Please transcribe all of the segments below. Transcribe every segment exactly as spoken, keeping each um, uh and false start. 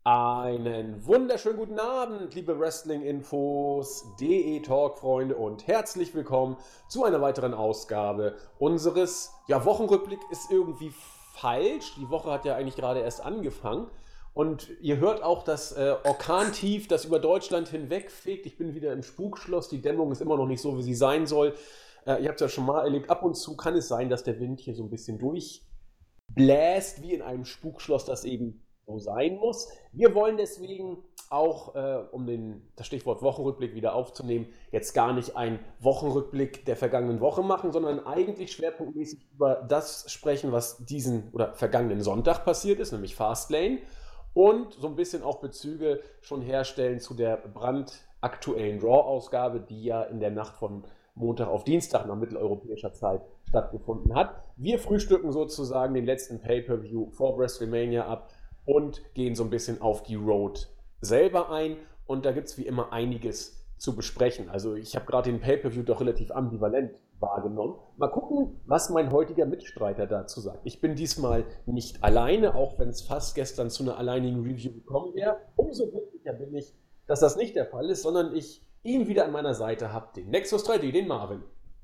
Einen wunderschönen guten Abend, liebe Wrestling-Infos, D E-Talk-Freunde und herzlich willkommen zu einer weiteren Ausgabe unseres, ja, Wochenrückblick ist irgendwie falsch. Die Woche hat ja eigentlich gerade erst angefangen und ihr hört auch das äh, Orkantief, das über Deutschland hinweg fegt. Ich bin wieder im Spukschloss, die Dämmung ist immer noch nicht so, wie sie sein soll. Äh, ihr habt es ja schon mal erlebt, ab und zu kann es sein, dass der Wind hier so ein bisschen durchbläst, wie in einem Spukschloss, das eben so sein muss. Wir wollen deswegen auch, äh, um den, das Stichwort Wochenrückblick wieder aufzunehmen, jetzt gar nicht einen Wochenrückblick der vergangenen Woche machen, sondern eigentlich schwerpunktmäßig über das sprechen, was diesen oder vergangenen Sonntag passiert ist, nämlich Fastlane, und so ein bisschen auch Bezüge schon herstellen zu der brandaktuellen Raw-Ausgabe, die ja in der Nacht von Montag auf Dienstag nach mitteleuropäischer Zeit stattgefunden hat. Wir frühstücken sozusagen den letzten Pay-Per-View vor WrestleMania ab und gehen so ein bisschen auf die Road selber ein. Und da gibt es wie immer einiges zu besprechen. Also ich habe gerade den Pay-Per-View doch relativ ambivalent wahrgenommen. Mal gucken, was mein heutiger Mitstreiter dazu sagt. Ich bin diesmal nicht alleine, auch wenn es fast gestern zu einer alleinigen Review gekommen wäre. Umso glücklicher bin ich, dass das nicht der Fall ist, sondern ich ihn wieder an meiner Seite habe, den Nexus drei D, den Marvin.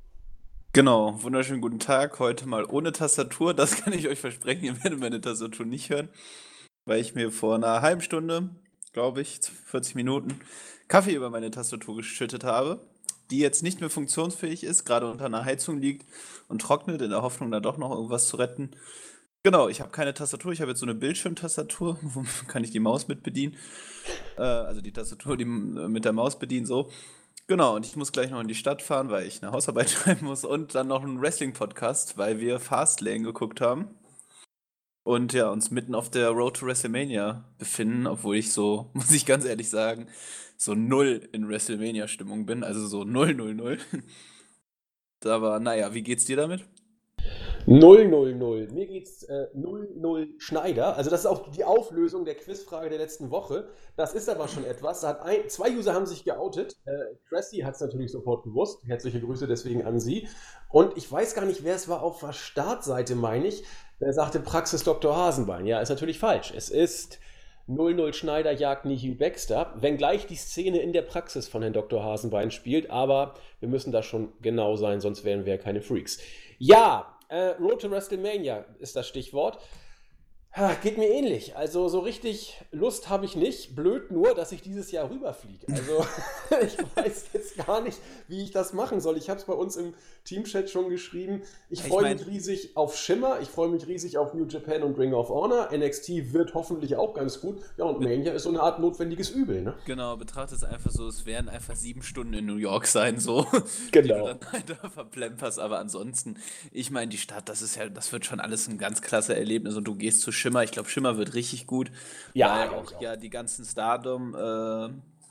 Genau, wunderschönen guten Tag. Heute mal ohne Tastatur. Das kann ich euch versprechen. Ihr werdet meine Tastatur nicht hören, weil ich mir vor einer halben Stunde, glaube ich, vierzig Minuten, Kaffee über meine Tastatur geschüttet habe, die jetzt nicht mehr funktionsfähig ist, gerade unter einer Heizung liegt und trocknet, in der Hoffnung, da doch noch irgendwas zu retten. Genau, ich habe keine Tastatur, ich habe jetzt so eine Bildschirmtastatur, wo kann ich die Maus mit bedienen. Äh, also die Tastatur, die mit der Maus bedienen, so. Genau, und ich muss gleich noch in die Stadt fahren, weil ich eine Hausarbeit schreiben muss und dann noch einen Wrestling-Podcast, weil wir Fastlane geguckt haben. Und ja, uns mitten auf der Road to WrestleMania befinden, obwohl ich so, muss ich ganz ehrlich sagen, so null in WrestleMania-Stimmung bin, also so null null null. Aber naja, wie geht's dir damit? null null null. Mir geht's äh, null null Schneider. Also das ist auch die Auflösung der Quizfrage der letzten Woche. Das ist aber schon etwas. Da hat ein, zwei User haben sich geoutet. Äh, Cressy hat es natürlich sofort gewusst. Herzliche Grüße deswegen an sie. Und ich weiß gar nicht, wer es war auf der Startseite, meine ich. Der sagte Praxis Doktor Hasenbein. Ja, ist natürlich falsch. Es ist null null Schneider jagt nie Hugh Baxter, wenngleich die Szene in der Praxis von Herrn Doktor Hasenbein spielt. Aber wir müssen da schon genau sein, sonst wären wir keine Freaks. Ja, Äh, Road to WrestleMania ist das Stichwort. Ha, geht mir ähnlich. Also so richtig Lust habe ich nicht. Blöd nur, dass ich dieses Jahr rüberfliege. Also ich weiß jetzt gar nicht, wie ich das machen soll. Ich habe es bei uns im Teamchat schon geschrieben. Ich Ich freue mein- mich riesig auf Shimmer. Ich freue mich riesig auf New Japan und Ring of Honor. N X T wird hoffentlich auch ganz gut. Ja, und Mania ist so eine Art notwendiges Übel, ne? Genau, betrachte es einfach so, es werden einfach sieben Stunden in New York sein, so, die Genau. du dann halt da verplemperst, aber ansonsten, ich meine, die Stadt, das ist ja, das wird schon alles ein ganz klasse Erlebnis und du gehst zu Schimmer, ich glaube, Schimmer wird richtig gut, Ja, weil glaub ich auch auch. ja die ganzen Stardom äh,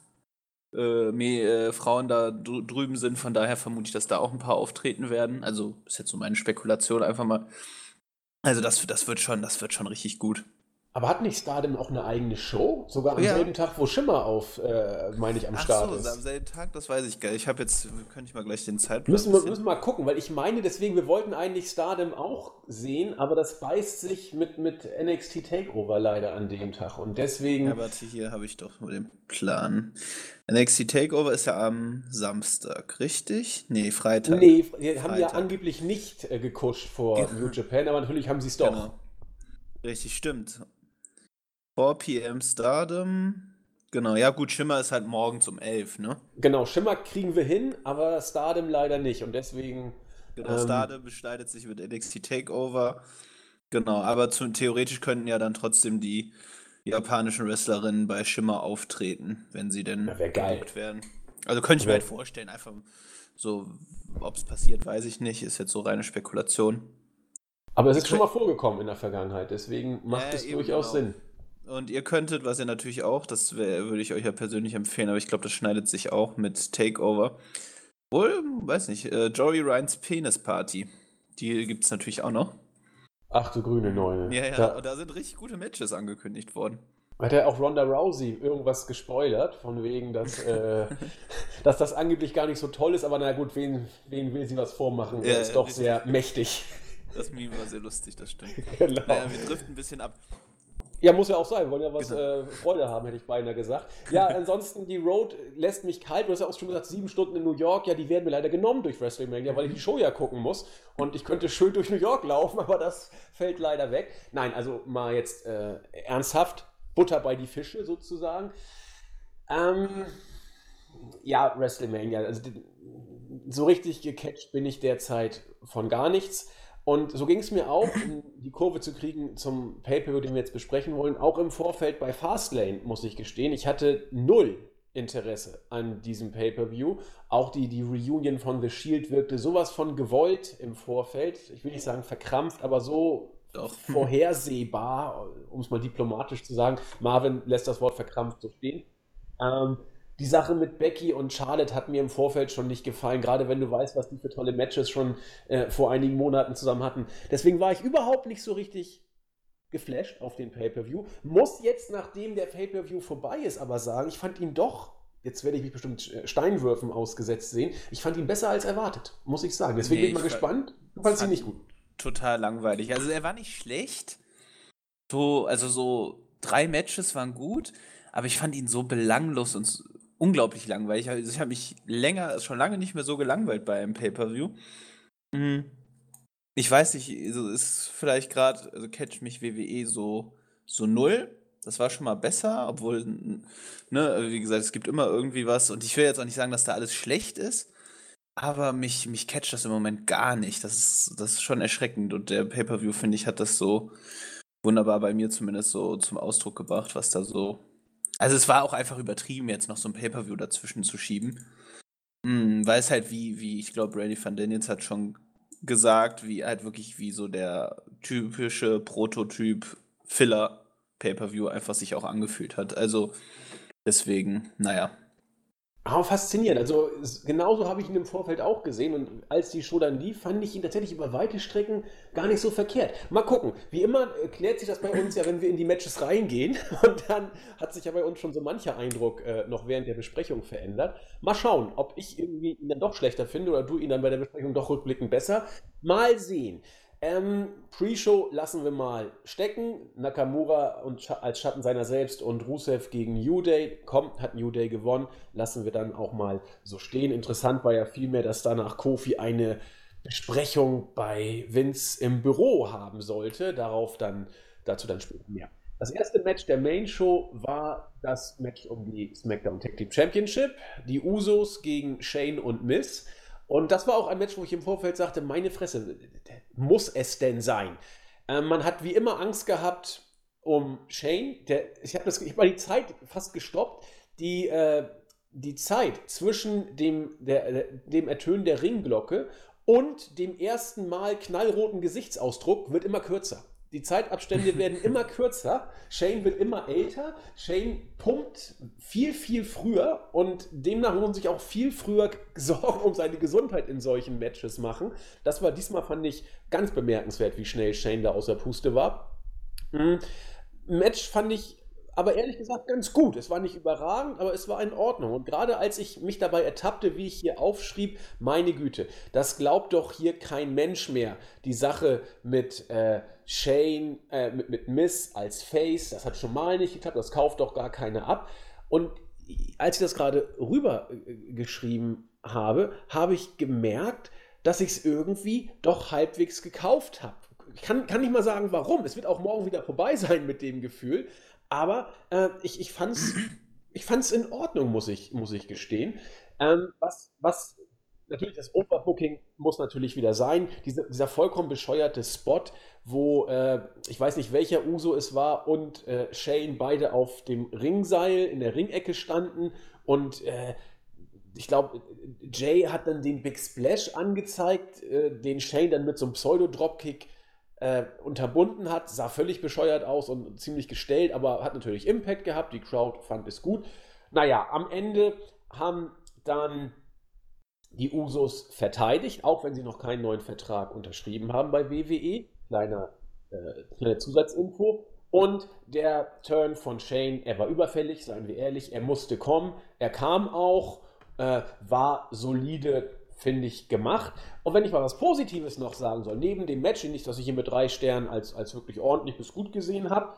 äh, Me- äh, Frauen da drü- drüben sind, von daher vermute ich, dass da auch ein paar auftreten werden, also ist jetzt so meine Spekulation einfach mal, also das, das wird schon, das wird schon richtig gut. Aber hat nicht Stardom auch eine eigene Show? Sogar am Ja. selben Tag, wo Shimmer auf, äh, meine ich, am Ach Start so, ist. am selben Tag, das weiß ich gar nicht. Ich habe jetzt, könnte ich mal gleich den Zeitplan Müssen wir, bisschen- müssen wir mal gucken, weil ich meine, deswegen, wir wollten eigentlich Stardom auch sehen, aber das beißt sich mit, mit N X T Takeover leider an dem Tag. Und deswegen, Ja, warte, hier habe ich doch nur den Plan. N X T Takeover ist ja am Samstag, richtig? Nee, Freitag. nee, die haben ja Freitag. angeblich nicht äh, gekuscht vor Genau. New Japan, aber natürlich haben sie es doch. Genau. Richtig, stimmt. vier P M Stardom. Genau, ja gut, Schimmer ist halt morgens um elf, ne? Genau, Shimmer kriegen wir hin, aber Stardom leider nicht. Und deswegen, Genau, ähm, Stardom bestreitet sich mit N X T Takeover. Genau, aber zu, theoretisch könnten ja dann trotzdem die japanischen Wrestlerinnen bei Shimmer auftreten, wenn sie denn Ja, wär geil. gebucht werden. Also könnte ich mir Wär- halt vorstellen, einfach so, ob es passiert, weiß ich nicht, ist jetzt so reine Spekulation. aber es ist Ihr schon mal könnt- vorgekommen in der Vergangenheit, deswegen macht Ja, es eben, durchaus genau. Sinn. Und ihr könntet, was ihr natürlich auch, das wär- würde ich euch ja persönlich empfehlen, aber ich glaube, das schneidet sich auch mit Takeover. Wohl, weiß nicht, äh, Joey Ryans Penis Party. Die gibt es natürlich auch noch. Ach du grüne Neune. Ja, ja, Da und da sind richtig gute Matches angekündigt worden. hat ja auch Ronda Rousey irgendwas gespoilert, von wegen, dass, äh, dass das angeblich gar nicht so toll ist, aber na gut, wen, wen will sie was vormachen? Er Ja, ist doch richtig. sehr mächtig. Das Meme war sehr lustig, das stimmt. Genau. Naja, wir driften ein bisschen ab. Ja, muss ja auch sein. Wir wollen ja was Genau. äh, Freude haben, hätte ich beinahe gesagt. Ja, ansonsten, die Road lässt mich kalt. Du hast ja auch schon gesagt, sieben Stunden in New York. Ja, die werden mir leider genommen durch WrestleMania, weil ich die Show ja gucken muss. Und ich könnte schön durch New York laufen, aber das fällt leider weg. Nein, also mal jetzt äh, ernsthaft. Butter bei die Fische sozusagen. Ähm, ja, WrestleMania. Also die, so richtig gecatcht bin ich derzeit von gar nichts. Und so ging es mir auch, um die Kurve zu kriegen zum Pay-Per-View, den wir jetzt besprechen wollen. Auch im Vorfeld bei Fastlane, muss ich gestehen. Ich hatte null Interesse an diesem Pay-Per-View. Auch die, die Reunion von The Shield wirkte sowas von gewollt im Vorfeld. Ich will nicht sagen verkrampft, aber so Doch. vorhersehbar, um es mal diplomatisch zu sagen. Marvin lässt das Wort verkrampft so stehen. Ähm, die Sache mit Becky und Charlotte hat mir im Vorfeld schon nicht gefallen, gerade wenn du weißt, was die für tolle Matches schon äh, vor einigen Monaten zusammen hatten. Deswegen war ich überhaupt nicht so richtig geflasht auf den Pay-Per-View. Muss jetzt, nachdem der Pay-Per-View vorbei ist, aber sagen, ich fand ihn doch, jetzt werde ich mich bestimmt äh, Steinwürfen ausgesetzt sehen, ich fand ihn besser als erwartet, muss ich sagen. Deswegen Nee, bin ich mal ich fa- gespannt. Du fandst ihn fand nicht gut. total langweilig. Also er war nicht schlecht. So, also so drei Matches waren gut, aber ich fand ihn so belanglos und s- unglaublich langweilig. Also ich habe mich länger, schon lange nicht mehr so gelangweilt bei einem Pay-Per-View. Mhm. Ich weiß nicht, also ist vielleicht gerade, also catcht mich W W E so, so null. Das war schon mal besser, obwohl, n- ne, wie gesagt, es gibt immer irgendwie was. Und ich will jetzt auch nicht sagen, dass da alles schlecht ist, aber mich, mich catcht das im Moment gar nicht. Das ist, das ist schon erschreckend. Und der Pay-Per-View, finde ich, hat das so wunderbar bei mir zumindest so zum Ausdruck gebracht, was da so. Also es war auch einfach übertrieben, jetzt noch so ein Pay-Per-View dazwischen zu schieben. Mm, weil es halt wie, wie ich glaube, Brady Van Daniels hat schon gesagt, wie halt wirklich wie so der typische Prototyp Filler Pay-Per-View einfach sich auch angefühlt hat. Also deswegen, naja. Aber faszinierend. Also es, genauso habe ich ihn im Vorfeld auch gesehen und als die Show dann lief, fand ich ihn tatsächlich über weite Strecken gar nicht so verkehrt. Mal gucken. Wie immer äh, klärt sich das bei uns ja, wenn wir in die Matches reingehen und dann hat sich ja bei uns schon so mancher Eindruck äh, noch während der Besprechung verändert. Mal schauen, ob ich irgendwie ihn dann doch schlechter finde oder du ihn dann bei der Besprechung doch rückblickend besser. Mal sehen. Ähm, Pre-Show lassen wir mal stecken. Nakamura und Scha als Schatten seiner selbst und Rusev gegen New Day. Komm, hat New Day gewonnen. Lassen wir dann auch mal so stehen. Interessant war ja vielmehr, dass danach Kofi eine Besprechung bei Vince im Büro haben sollte. Darauf dann, dazu dann später mehr. Das erste Match der Main Show war das Match um die SmackDown Tag Team Championship. Die Usos gegen Shane und Miz. Und das war auch ein Match, wo ich im Vorfeld sagte, meine Fresse, muss es denn sein? Ähm, man hat wie immer Angst gehabt um Shane. Der, ich habe hab mal die Zeit fast gestoppt. Die, äh, die Zeit zwischen dem, der, dem Ertönen der Ringglocke und dem ersten Mal knallroten Gesichtsausdruck wird immer kürzer. Die Zeitabstände werden immer kürzer. Shane wird immer älter. Shane pumpt viel, viel früher und demnach muss man sich auch viel früher Sorgen um seine Gesundheit in solchen Matches machen. Das war diesmal, fand ich, ganz bemerkenswert, wie schnell Shane da aus der Puste war. Mhm. Match fand ich aber ehrlich gesagt ganz gut. Es war nicht überragend, aber es war in Ordnung. Und gerade als ich mich dabei ertappte, wie ich hier aufschrieb, meine Güte, das glaubt doch hier kein Mensch mehr. Die Sache mit äh, Shane, äh, mit, mit Miz als Face, das hat schon mal nicht geklappt, das kauft doch gar keiner ab. Und als ich das gerade rübergeschrieben habe, habe ich gemerkt, dass ich es irgendwie doch halbwegs gekauft habe. Ich kann, kann nicht mal sagen, warum. Es wird auch morgen wieder vorbei sein mit dem Gefühl. Aber äh, ich, ich fand es ich fand's in Ordnung, muss ich, muss ich gestehen. Ähm, was, was natürlich das Overbooking muss natürlich wieder sein. Diese, dieser vollkommen bescheuerte Spot, wo äh, ich weiß nicht, welcher Uso es war und äh, Shane beide auf dem Ringseil in der Ringecke standen und äh, ich glaube, Jay hat dann den Big Splash angezeigt, äh, den Shane dann mit so einem Pseudo-Dropkick äh, unterbunden hat. Sah völlig bescheuert aus und ziemlich gestellt, aber hat natürlich Impact gehabt. Die Crowd fand es gut. Naja, am Ende haben dann die Usos verteidigt, auch wenn sie noch keinen neuen Vertrag unterschrieben haben bei W W E. Kleiner, äh, kleine Zusatzinfo. Und der Turn von Shane, er war überfällig, seien wir ehrlich, er musste kommen. Er kam auch, äh, war solide, finde ich, gemacht. Und wenn ich mal was Positives noch sagen soll, neben dem Match, nicht, dass ich ihn mit drei Sternen als, als wirklich ordentlich bis gut gesehen habe,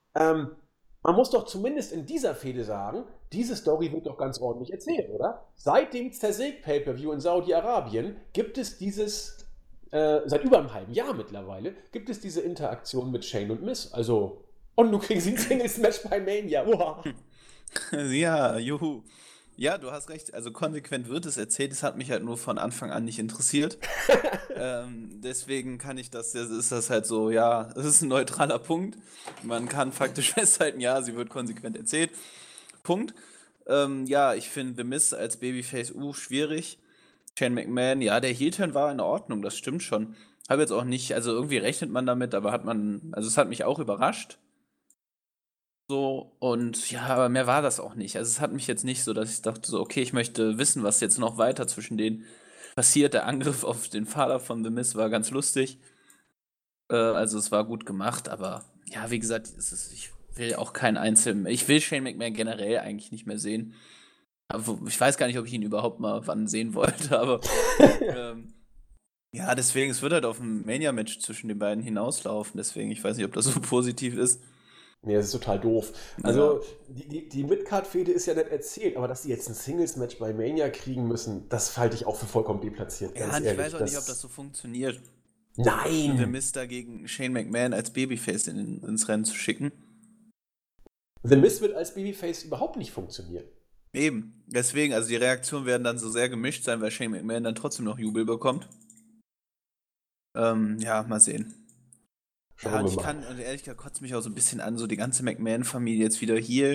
Ähm, man muss doch zumindest in dieser Fehde sagen, diese Story wird doch ganz ordentlich erzählt, oder? Seit dem Zersäg-Pay-Per-View in Saudi-Arabien gibt es dieses, äh, seit über einem halben Jahr mittlerweile, gibt es diese Interaktion mit Shane und Miz. Also, und nun kriegen sie ein Singles-Match bei Mania. Uah. Ja, juhu. Ja, du hast recht. Also konsequent wird es erzählt. Es hat mich halt nur von Anfang an nicht interessiert. ähm, deswegen kann ich das, das ist das halt so, ja, es ist ein neutraler Punkt. Man kann faktisch festhalten, ja, sie wird konsequent erzählt. Punkt. Ähm, ja, ich finde The Miz als Babyface uh, schwierig. Shane McMahon, ja, der Heel-Turn war in Ordnung, das stimmt schon. Habe jetzt auch nicht, also irgendwie rechnet man damit, aber hat man, also es hat mich auch überrascht. So, und ja, aber mehr war das auch nicht. Also es hat mich jetzt nicht so, dass ich dachte so, okay, ich möchte wissen, was jetzt noch weiter zwischen denen passiert. Der Angriff auf den Vater von The Miz war ganz lustig. Äh, also es war gut gemacht, aber ja, wie gesagt, es ist, ich will auch keinen Einzelnen, ich will Shane McMahon generell eigentlich nicht mehr sehen. Aber ich weiß gar nicht, ob ich ihn überhaupt mal wann sehen wollte, aber ähm, ja, deswegen, es wird halt auf ein Mania-Match zwischen den beiden hinauslaufen. Deswegen, ich weiß nicht, ob das so positiv ist. Nee, das ist total doof. Ja. Also, die, die, die Midcard-Fehde ist ja nicht erzählt, aber dass die jetzt ein Singles-Match bei Mania kriegen müssen, das halte ich auch für vollkommen deplatziert. Ja, Ganz und ich ehrlich. weiß auch nicht, ob das so funktioniert. The Nein! Miz dagegen Shane McMahon als Babyface in, ins Rennen zu schicken. The Miz wird als Babyface überhaupt nicht funktionieren. Eben. Deswegen, also die Reaktionen werden dann so sehr gemischt sein, weil Shane McMahon dann trotzdem noch Jubel bekommt. Ähm, ja, mal sehen. Schauen Ja, und wir ich mal. kann, und ehrlich gesagt, kotzt mich auch so ein bisschen an, so die ganze McMahon-Familie jetzt wieder hier.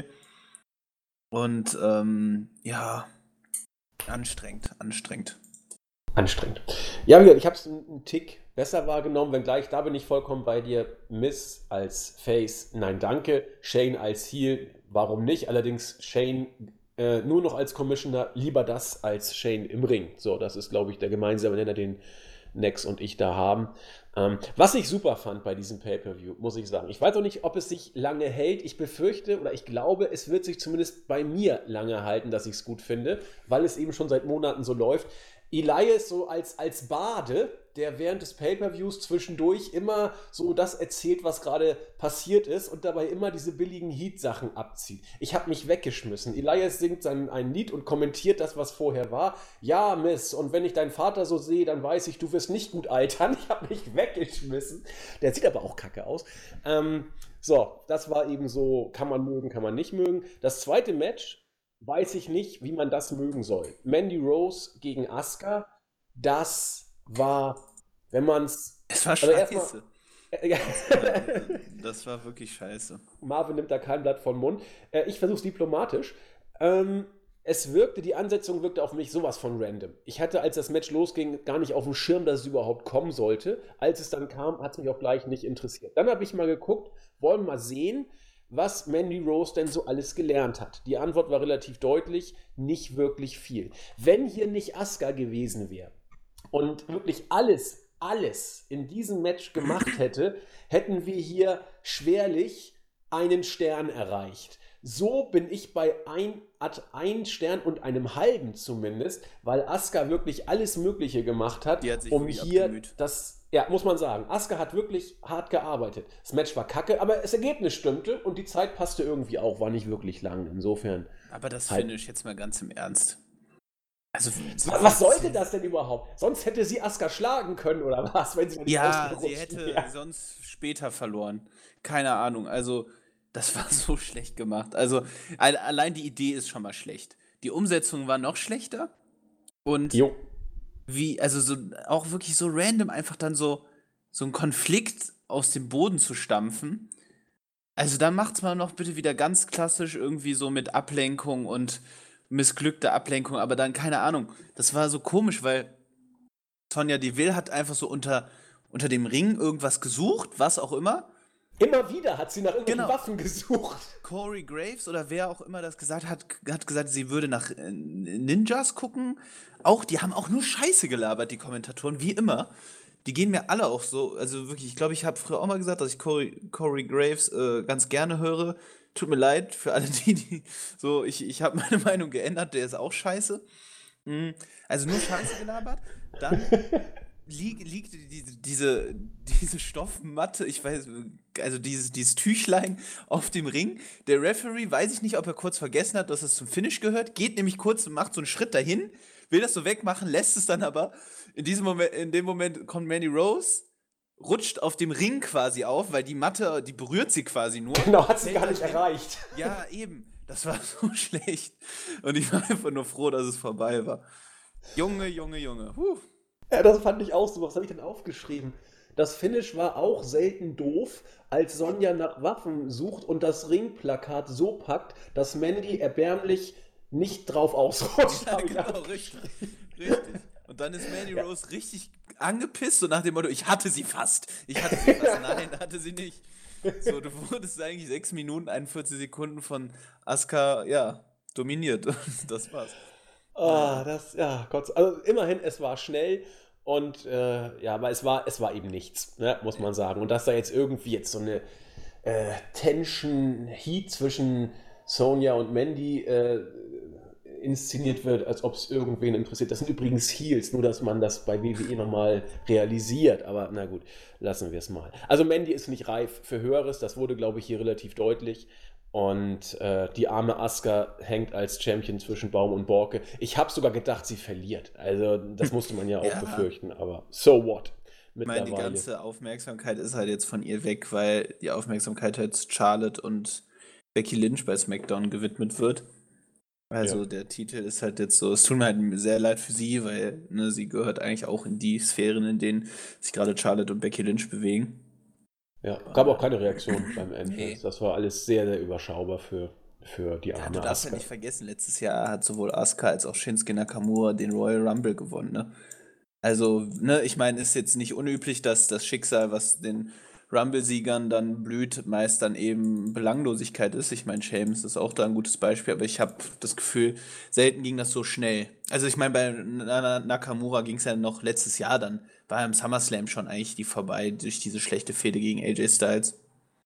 Und, ähm, ja, anstrengend, anstrengend. Anstrengend. Ja, wie gesagt, ich habe es einen Tick besser wahrgenommen, wenngleich, da bin ich vollkommen bei dir. Miz als Face, nein, danke. Shane als Heel, warum nicht? Allerdings Shane äh, nur noch als Commissioner, lieber das als Shane im Ring. So, das ist, glaube ich, der gemeinsame Nenner, den Nex und ich da haben. Ähm, was ich super fand bei diesem Pay-Per-View, muss ich sagen. Ich weiß auch nicht, ob es sich lange hält. Ich befürchte oder ich glaube, es wird sich zumindest bei mir lange halten, dass ich es gut finde, weil es eben schon seit Monaten so läuft. Elias so als, als Bade, der während des Pay-Per-Views zwischendurch immer so das erzählt, was gerade passiert ist und dabei immer diese billigen Heat-Sachen abzieht. Ich habe mich weggeschmissen. Elias singt sein, ein Lied und kommentiert das, was vorher war. Ja, Miss, und wenn ich deinen Vater so sehe, dann weiß ich, du wirst nicht gut altern. Ich habe mich weggeschmissen. Der sieht aber auch kacke aus. Ähm, so, das war eben so, kann man mögen, kann man nicht mögen. Das zweite Match weiß ich nicht, wie man das mögen soll. Mandy Rose gegen Asuka, das war, wenn man es... Es war Also erstmal- scheiße. Äh, Das war wirklich scheiße. Marvin nimmt da kein Blatt vom Mund. Äh, ich versuche es diplomatisch. Ähm, es wirkte, die Ansetzung wirkte auf mich sowas von random. Ich hatte, als das Match losging, gar nicht auf dem Schirm, dass es überhaupt kommen sollte. Als es dann kam, hat es mich auch gleich nicht interessiert. Dann habe ich mal geguckt, wollen wir mal sehen, was Mandy Rose denn so alles gelernt hat. Die Antwort war relativ deutlich, nicht wirklich viel. Wenn hier nicht Asuka gewesen wäre und wirklich alles, alles in diesem Match gemacht hätte, hätten wir hier schwerlich einen Stern erreicht. So bin ich bei ein, ein Stern und einem halben zumindest, weil Asuka wirklich alles Mögliche gemacht hat, Die hat sich um wirklich hier abgemüht. das, ja, muss man sagen, Asuka hat wirklich hart gearbeitet. Das Match war kacke, aber das Ergebnis stimmte und die Zeit passte irgendwie auch, war nicht wirklich lang. Insofern. Aber das Halt. Finish jetzt mal ganz im Ernst. Also, Was, was sollte das denn überhaupt? Sonst hätte sie Asuka schlagen können oder was, wenn sie nicht Ja, ausgerutscht sie hätte wäre. sonst später verloren. Keine Ahnung. Also, das war so schlecht gemacht. Also, al- allein die Idee ist schon mal schlecht. Die Umsetzung war noch schlechter. Und Jo. wie, also so, auch wirklich so random einfach dann so, so einen Konflikt aus dem Boden zu stampfen. Also, dann macht's mal noch bitte wieder ganz klassisch irgendwie so mit Ablenkung und missglückter Ablenkung, aber dann keine Ahnung. Das war so komisch, weil Sonja Deville hat einfach so unter, unter dem Ring irgendwas gesucht, was auch immer. Immer wieder hat sie nach irgendwelchen Genau. Waffen gesucht. Corey Graves oder wer auch immer das gesagt hat, hat gesagt, sie würde nach äh, Ninjas gucken. Auch, die haben auch nur Scheiße gelabert, die Kommentatoren, wie immer. Die gehen mir alle auch so, also wirklich, ich glaube, ich habe früher auch mal gesagt, dass ich Corey, Corey Graves äh, ganz gerne höre. Tut mir leid für alle die, die so, ich, ich habe meine Meinung geändert, der ist auch scheiße. Mhm. Also nur Scheiße gelabert. Dann liegt, liegt diese, diese, diese Stoffmatte, ich weiß, also dieses, dieses Tüchlein auf dem Ring. Der Referee, weiß ich nicht, ob er kurz vergessen hat, dass es zum Finish gehört, geht nämlich kurz und macht so einen Schritt dahin, will das so wegmachen, lässt es dann aber. In diesem Moment, in dem Moment kommt Mandy Rose, rutscht auf dem Ring quasi auf, weil die Matte, die berührt sie quasi nur. Genau, hat sie Fällt gar nicht dann hin. erreicht. Ja, eben. Das war so schlecht. Und ich war einfach nur froh, dass es vorbei war. Junge, Junge, Junge. Puh. Ja, das fand ich auch so. Was habe ich denn aufgeschrieben? Das Finish war auch selten doof, als Sonja nach Waffen sucht und das Ringplakat so packt, dass Mandy erbärmlich nicht drauf ausrutscht. Ja, Hab ich genau, aufgeschrieben. richtig. Richtig. Und dann ist Mandy Ja. Rose richtig angepisst, so nach dem Motto, ich hatte sie fast. Ich hatte sie fast. Nein, hatte sie nicht. So, du wurdest eigentlich sechs Minuten, einundvierzig Sekunden von Asuka, ja, dominiert. Das war's. Ah, das, ja, Gott, also immerhin, es war schnell und äh, ja, aber es war, es war eben nichts, ne, muss man sagen. Und dass da jetzt irgendwie jetzt so eine äh, Tension, Heat zwischen Sonja und Mandy äh, inszeniert wird, als ob es irgendwen interessiert. Das sind übrigens Heels, nur dass man das bei W W E nochmal realisiert. Aber na gut, lassen wir es mal. Also Mandy ist nicht reif für Höheres, das wurde, glaube ich, hier relativ deutlich. Und äh, die arme Asuka hängt als Champion zwischen Baum und Borke. Ich habe sogar gedacht, sie verliert. Also das musste man ja auch Ja. befürchten. Aber so what? Ich meine, die Mittlerweile. ganze Aufmerksamkeit ist halt jetzt von ihr weg, weil die Aufmerksamkeit jetzt Charlotte und Becky Lynch bei SmackDown gewidmet wird. Also Ja. der Titel ist halt jetzt so, es tut mir halt sehr leid für sie, weil ne, sie gehört eigentlich auch in die Sphären, in denen sich gerade Charlotte und Becky Lynch bewegen. Ja, gab auch keine Reaktion beim Nee. Entrance. Das war alles sehr, sehr überschaubar für, für die Ja, arme du darfst ja Asuka. nicht vergessen, letztes Jahr hat sowohl Asuka als auch Shinsuke Nakamura den Royal Rumble gewonnen, ne? Also, ne, ich meine, ist jetzt nicht unüblich, dass das Schicksal, was den Rumble-Siegern dann blüht, meist dann eben Belanglosigkeit ist. Ich meine, Sheamus ist auch da ein gutes Beispiel, aber ich habe das Gefühl, selten ging das so schnell. Also ich meine, bei Na- Nakamura ging es ja noch letztes Jahr dann, war im SummerSlam schon eigentlich die vorbei durch diese schlechte Fehde gegen A J Styles.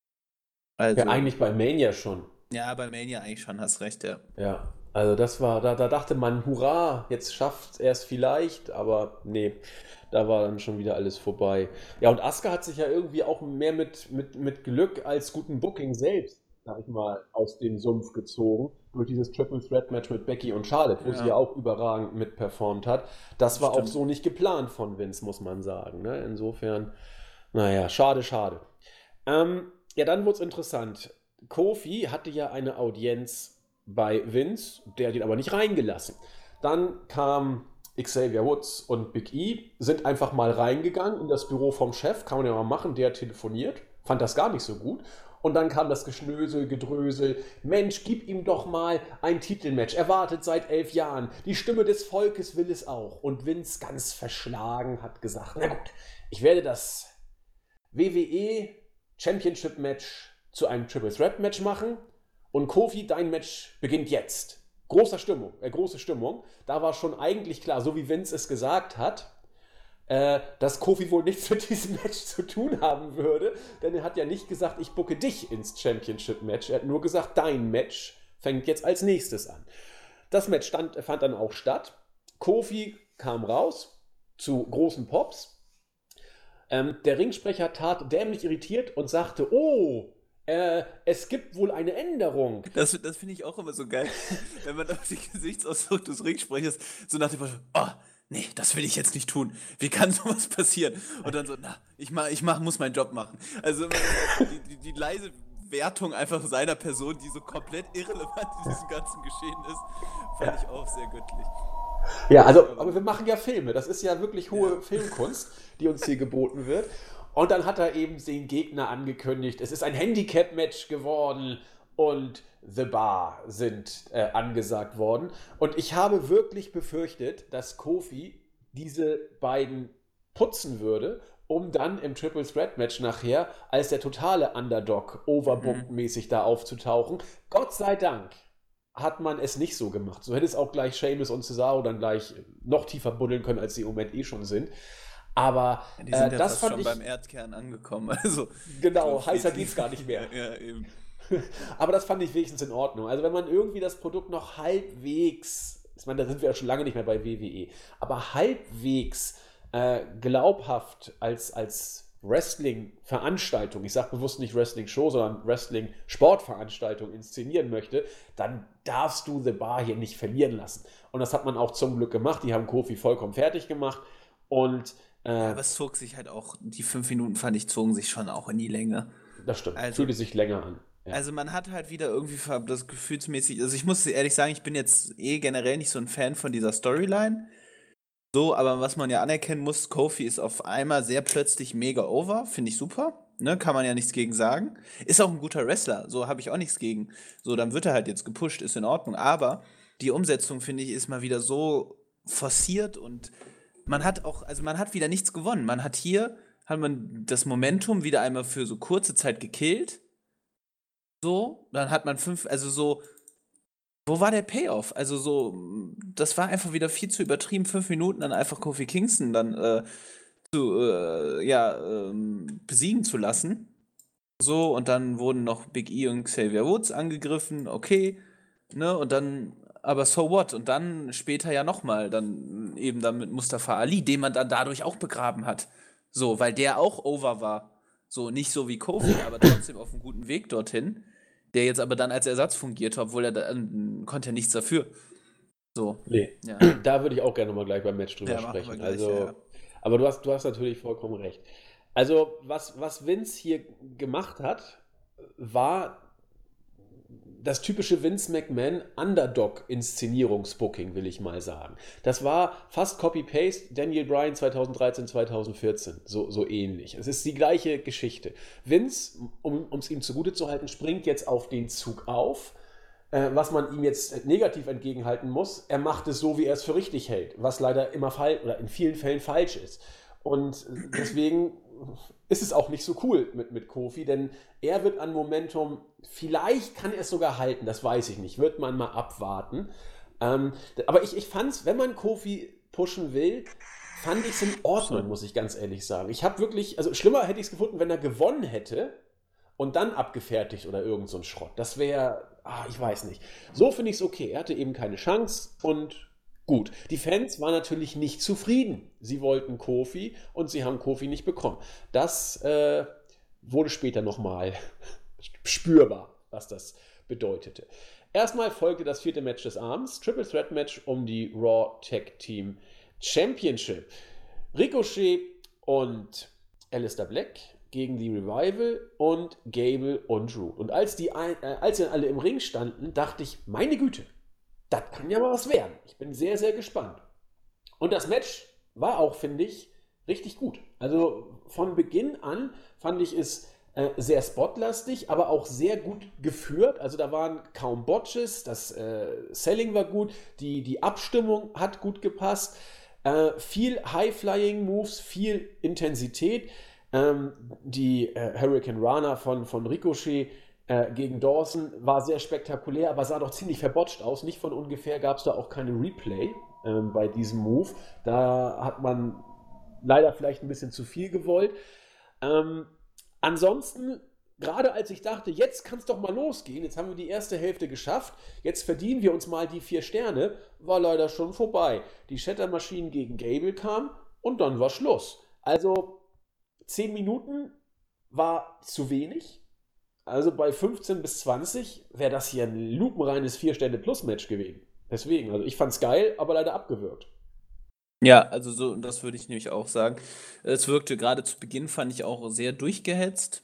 Also, Ja, eigentlich bei Mania schon. ja, bei Mania eigentlich schon, hast recht, ja. Ja, also das war, da, da dachte man, hurra, jetzt schafft er es vielleicht, aber nee, da war dann schon wieder alles vorbei. Ja, und Asuka hat sich ja irgendwie auch mehr mit, mit, mit Glück als gutem Booking selbst, sag ich mal, aus dem Sumpf gezogen, durch dieses Triple Threat Match mit Becky und Charlotte, wo Ja. sie ja auch überragend mitperformt hat. Das war auch Stimmt. so nicht geplant von Vince, muss man sagen. Ne? Insofern, naja, schade, schade. Ähm, ja, dann wurde es interessant. Kofi hatte ja eine Audienz bei Vince, der hat ihn aber nicht reingelassen. Dann kam Xavier Woods und Big E, sind einfach mal reingegangen in das Büro vom Chef, kann man ja mal machen, der telefoniert, fand das gar nicht so gut. Und dann kam das Geschnösel, Gedrösel. Mensch, gib ihm doch mal ein Titelmatch. Er wartet seit elf Jahren. Die Stimme des Volkes will es auch. Und Vince, ganz verschlagen, hat gesagt, na gut, ich werde das W W E Championship Match zu einem Triple Threat Match machen. Und Kofi, dein Match beginnt jetzt. Großer Stimmung, äh, große Stimmung. Da war schon eigentlich klar, so wie Vince es gesagt hat, äh, dass Kofi wohl nichts mit diesem Match zu tun haben würde. Denn er hat ja nicht gesagt, ich bucke dich ins Championship-Match. Er hat nur gesagt, dein Match fängt jetzt als nächstes an. Das Match stand, fand dann auch statt. Kofi kam raus zu großen Pops. Ähm, der Ringsprecher tat dämlich irritiert und sagte, oh, äh, es gibt wohl eine Änderung. Das, das finde ich auch immer so geil, wenn man auf den Gesichtsausdruck des Ringsprechers so nach dem Motto, oh, nee, das will ich jetzt nicht tun. Wie kann sowas passieren? Und dann so, na, ich, mach, ich mach, muss meinen Job machen. Also immer die, die, die leise Wertung einfach seiner Person, die so komplett irrelevant in diesem ganzen Geschehen ist, fand ich auch sehr göttlich. Ja, also, aber wir machen ja Filme. Das ist ja wirklich hohe ja. Filmkunst, die uns hier geboten wird. Und dann hat er eben den Gegner angekündigt. Es ist ein Handicap-Match geworden und The Bar sind äh, angesagt worden. Und ich habe wirklich befürchtet, dass Kofi diese beiden putzen würde, um dann im Triple Threat Match nachher als der totale Underdog Overbooked-mäßig mhm. da aufzutauchen. Gott sei Dank hat man es nicht so gemacht. So hätte es auch gleich Sheamus und Cesaro dann gleich noch tiefer buddeln können, als sie im Moment eh schon sind. Aber ja, die sind äh, ja das fast fand schon ich, beim Erdkern angekommen. Also, genau, so heißer viel- geht's gar nicht mehr. Ja, eben. Aber das fand ich wenigstens in Ordnung. Also wenn man irgendwie das Produkt noch halbwegs, ich meine, da sind wir ja schon lange nicht mehr bei W W E, aber halbwegs äh, glaubhaft als, als Wrestling-Veranstaltung, ich sage bewusst nicht Wrestling-Show, sondern Wrestling-Sportveranstaltung inszenieren möchte, dann darfst du The Bar hier nicht verlieren lassen. Und das hat man auch zum Glück gemacht. Die haben Kofi vollkommen fertig gemacht. Und äh, Ja, aber es zog sich halt auch, die fünf Minuten fand ich, zogen sich schon auch in die Länge. das stimmt, Also, fühlte sich länger an. Ja. also man hat halt wieder irgendwie ver- das gefühlsmäßig, also ich muss ehrlich sagen, ich bin jetzt eh generell nicht so ein Fan von dieser Storyline. So, aber was man ja anerkennen muss, Kofi ist auf einmal sehr plötzlich mega over, finde ich super. Ne, kann man ja nichts gegen sagen. Ist auch ein guter Wrestler, so habe ich auch nichts gegen. So, dann wird er halt jetzt gepusht, ist in Ordnung. Aber die Umsetzung, finde ich, ist mal wieder so forciert und man hat auch, also man hat wieder nichts gewonnen. Man hat hier, hat man das Momentum wieder einmal für so kurze Zeit gekillt. So, dann hat man fünf, also so, wo war der Payoff? Also so, mm, das war einfach wieder viel zu übertrieben, fünf Minuten dann einfach Kofi Kingston dann äh, zu, äh, ja, ähm, besiegen zu lassen. So, und dann wurden noch Big E und Xavier Woods angegriffen, okay, ne, und dann, aber so what? Und dann später ja nochmal, dann eben dann mit Mustafa Ali, den man dann dadurch auch begraben hat. So, weil der auch over war. So, nicht so wie Kofi, aber trotzdem auf einem guten Weg dorthin. Der jetzt aber dann als Ersatz fungierte, obwohl er da, ähm, konnte ja nichts dafür. So, Nee, ja. da würde ich auch gerne nochmal gleich beim Match drüber Ja, machen wir sprechen. gleich, Also, ja, ja. aber du hast, du hast natürlich vollkommen recht. Also, was, was Vince hier gemacht hat, war das typische Vince McMahon Underdog-Inszenierungsbooking, will ich mal sagen. Das war fast Copy-Paste Daniel Bryan zweitausenddreizehn, zweitausendvierzehn, so, so ähnlich. Es ist die gleiche Geschichte. Vince, um es ihm zugute zu halten, springt jetzt auf den Zug auf. Äh, was man ihm jetzt negativ entgegenhalten muss, er macht es so, wie er es für richtig hält, was leider immer falsch oder in vielen Fällen falsch ist. Und deswegen ist es auch nicht so cool mit, mit Kofi, denn er wird an Momentum, vielleicht kann er es sogar halten, das weiß ich nicht, wird man mal abwarten. Ähm, aber ich, ich fand es, wenn man Kofi pushen will, fand ich es in Ordnung, muss ich ganz ehrlich sagen. Ich habe wirklich, also schlimmer hätte ich es gefunden, wenn er gewonnen hätte und dann abgefertigt oder irgend so ein Schrott. Das wäre, ah, ich weiß nicht. So finde ich es okay. Er hatte eben keine Chance und gut. Die Fans waren natürlich nicht zufrieden. Sie wollten Kofi und sie haben Kofi nicht bekommen. Das äh, wurde später nochmal spürbar, was das bedeutete. Erstmal folgte das vierte Match des Abends, Triple Threat Match um die Raw Tag Team Championship. Ricochet und Aleister Black gegen die Revival und Gable und Drew. Und als die, äh, als sie dann alle im Ring standen, dachte ich, meine Güte, das kann ja mal was werden. Ich bin sehr, sehr gespannt. Und das Match war auch, finde ich, richtig gut. Also von Beginn an fand ich es äh, sehr spotlastig, aber auch sehr gut geführt. Also da waren kaum Botches, das äh, Selling war gut, die, die Abstimmung hat gut gepasst. Äh, viel High-Flying-Moves, viel Intensität. Ähm, die äh, Hurricane Rana von, von Ricochet äh, gegen Dawson war sehr spektakulär, aber sah doch ziemlich verbotscht aus. Nicht von ungefähr gab es da auch keine Replay ähm, bei diesem Move. Da hat man leider vielleicht ein bisschen zu viel gewollt. Ähm, ansonsten, gerade als ich dachte, jetzt kann es doch mal losgehen, jetzt haben wir die erste Hälfte geschafft, jetzt verdienen wir uns mal die vier Sterne, war leider schon vorbei. Die Shatter-Maschinen gegen Gable kam und dann war Schluss. Also zehn Minuten war zu wenig. Also bei fünfzehn bis zwanzig wäre das hier ein lupenreines vier-Sterne-Plus-Match gewesen. Deswegen, also ich fand's geil, aber leider abgewürgt. Ja, also so, das würde ich nämlich auch sagen. Es wirkte gerade zu Beginn, fand ich auch sehr durchgehetzt.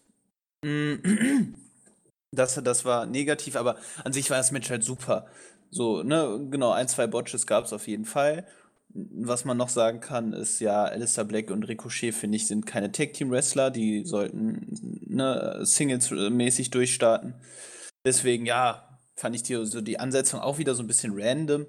Mm, Das, das war negativ, aber an sich war das Match halt super. So, ne, genau, ein, zwei Botches gab es auf jeden Fall. Was man noch sagen kann, ist ja, Aleister Black und Ricochet, finde ich, sind keine Tag-Team-Wrestler, die sollten ne, Singles-mäßig durchstarten. Deswegen, ja, fand ich die, so die Ansetzung auch wieder so ein bisschen random.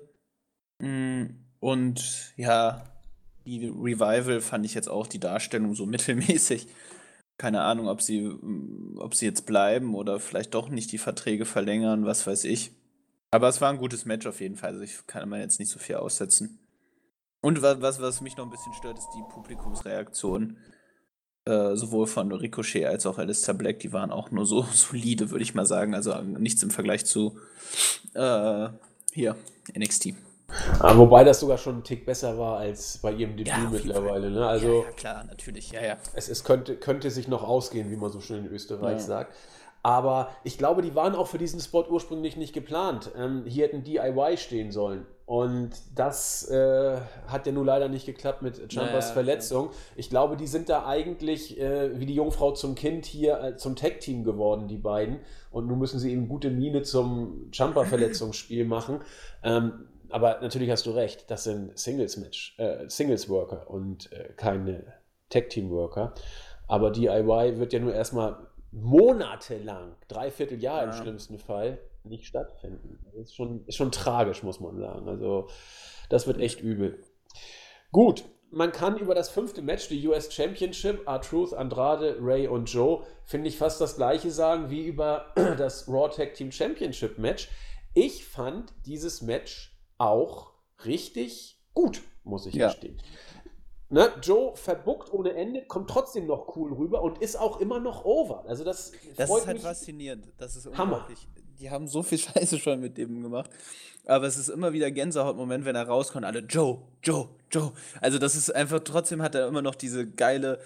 Mm, Und ja, die Revival fand ich jetzt auch die Darstellung so mittelmäßig. Keine Ahnung, ob sie, mm, ob sie jetzt bleiben oder vielleicht doch nicht die Verträge verlängern, was weiß ich. Aber es war ein gutes Match auf jeden Fall. Also ich kann mir jetzt nicht so viel aussetzen. Und wa- was, was mich noch ein bisschen stört, ist die Publikumsreaktion. Äh, sowohl von Ricochet als auch Aleister Black, die waren auch nur so solide, würde ich mal sagen. Also nichts im Vergleich zu äh, hier, N X T. Ah, wobei das sogar schon einen Tick besser war als bei ihrem Debüt Ja, auf jeden Fall. mittlerweile. Ne? Ja, Also ja, klar, natürlich. Ja, ja. es, es könnte, könnte sich noch ausgehen, wie man so schön in Österreich Ja. sagt. Aber ich glaube, die waren auch für diesen Spot ursprünglich nicht geplant. Ähm, hier hätten D I Y stehen sollen. Und das äh, hat ja nun leider nicht geklappt mit Ciampas Naja, klar. Verletzung. Ich glaube, die sind da eigentlich äh, wie die Jungfrau zum Kind hier äh, zum Tag-Team geworden, die beiden. Und nun müssen sie eben gute Miene zum Ciampa-Verletzungsspiel machen. Ähm, aber natürlich hast du recht, das sind Singles-Match, äh, Singles-Worker und äh, keine Tag-Team-Worker. Aber D I Y wird ja nur erstmal monatelang, dreiviertel Jahr im Ja. schlimmsten Fall, nicht stattfinden. Das ist schon, ist schon tragisch, muss man sagen. Also, das wird echt übel. Gut, man kann über das fünfte Match, die U S Championship, R-Truth, Andrade, Ray und Joe, finde ich fast das gleiche sagen wie über das Raw Tag Team Championship Match. Ich fand dieses Match auch richtig gut, muss ich Ja. gestehen. Ne, Joe verbuckt ohne Ende, kommt trotzdem noch cool rüber und ist auch immer noch over. Also das, Das freut ist halt mich. faszinierend. Das ist Hammer. unglaublich. Die haben so viel Scheiße schon mit dem gemacht. Aber es ist immer wieder Gänsehautmoment, wenn er rauskommt. Alle Joe, Joe, Joe. Also das ist einfach, trotzdem hat er immer noch diese geile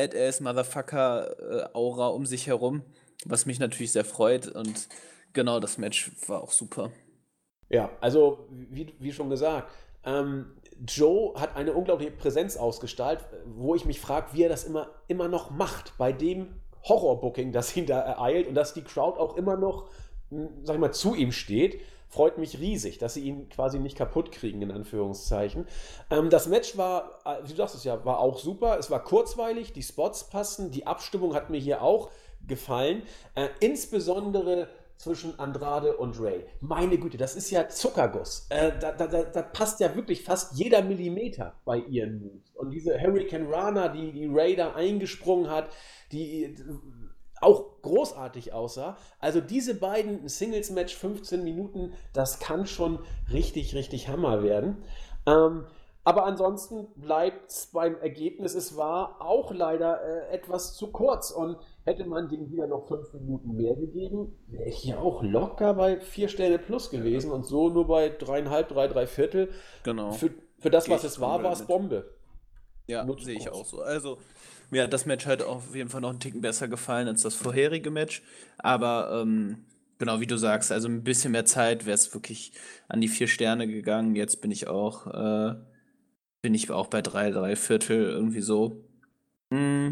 Badass-Motherfucker-Aura um sich herum. Was mich natürlich sehr freut. Und genau, das Match war auch super. Ja, also wie, wie schon gesagt, ähm, Joe hat eine unglaubliche Präsenz ausgestrahlt, wo ich mich frage, wie er das immer, immer noch macht, bei dem Horrorbooking, das ihn da ereilt und dass die Crowd auch immer noch, mh, sag ich mal, zu ihm steht. Freut mich riesig, dass sie ihn quasi nicht kaputt kriegen, in Anführungszeichen. Ähm, das Match war, äh, wie du sagst es ja, war auch super. Es war kurzweilig, die Spots passen, die Abstimmung hat mir hier auch gefallen. Äh, insbesondere zwischen Andrade und Ray. Meine Güte, das ist ja Zuckerguss. Äh, da, da, da, da passt ja wirklich fast jeder Millimeter bei ihren Moves. Und diese Hurricane Rana, die, die Ray da eingesprungen hat, die auch großartig aussah. Also diese beiden Singles-Match fünfzehn Minuten, das kann schon richtig, richtig Hammer werden. Ähm, aber ansonsten bleibt es beim Ergebnis. Es war auch leider äh, etwas zu kurz. Und hätte man dem wieder noch fünf Minuten mehr gegeben, wäre ich hier auch locker bei vier Sterne plus gewesen und so nur bei dreieinhalb, drei, drei Viertel. Genau. Für, für das, Geh was ich es war, komplett war es mit. Bombe. Ja, Nur zu sehe ich kurz. auch so. Also, mir hat das Match halt auf jeden Fall noch einen Ticken besser gefallen als das vorherige Match. Aber ähm, genau wie du sagst, also ein bisschen mehr Zeit wäre es wirklich an die vier Sterne gegangen. Jetzt bin ich auch, äh, bin ich auch bei drei, drei Viertel irgendwie so. Hm,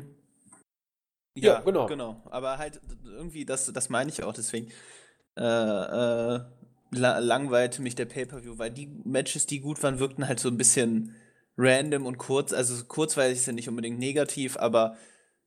Ja, ja, genau. genau. Aber halt irgendwie, das, das meine ich auch. Deswegen äh, äh, la langweilte mich der Pay-Per-View, weil die Matches, die gut waren, wirkten halt so ein bisschen random und kurz. Also kurzweilig ist ja nicht unbedingt negativ, aber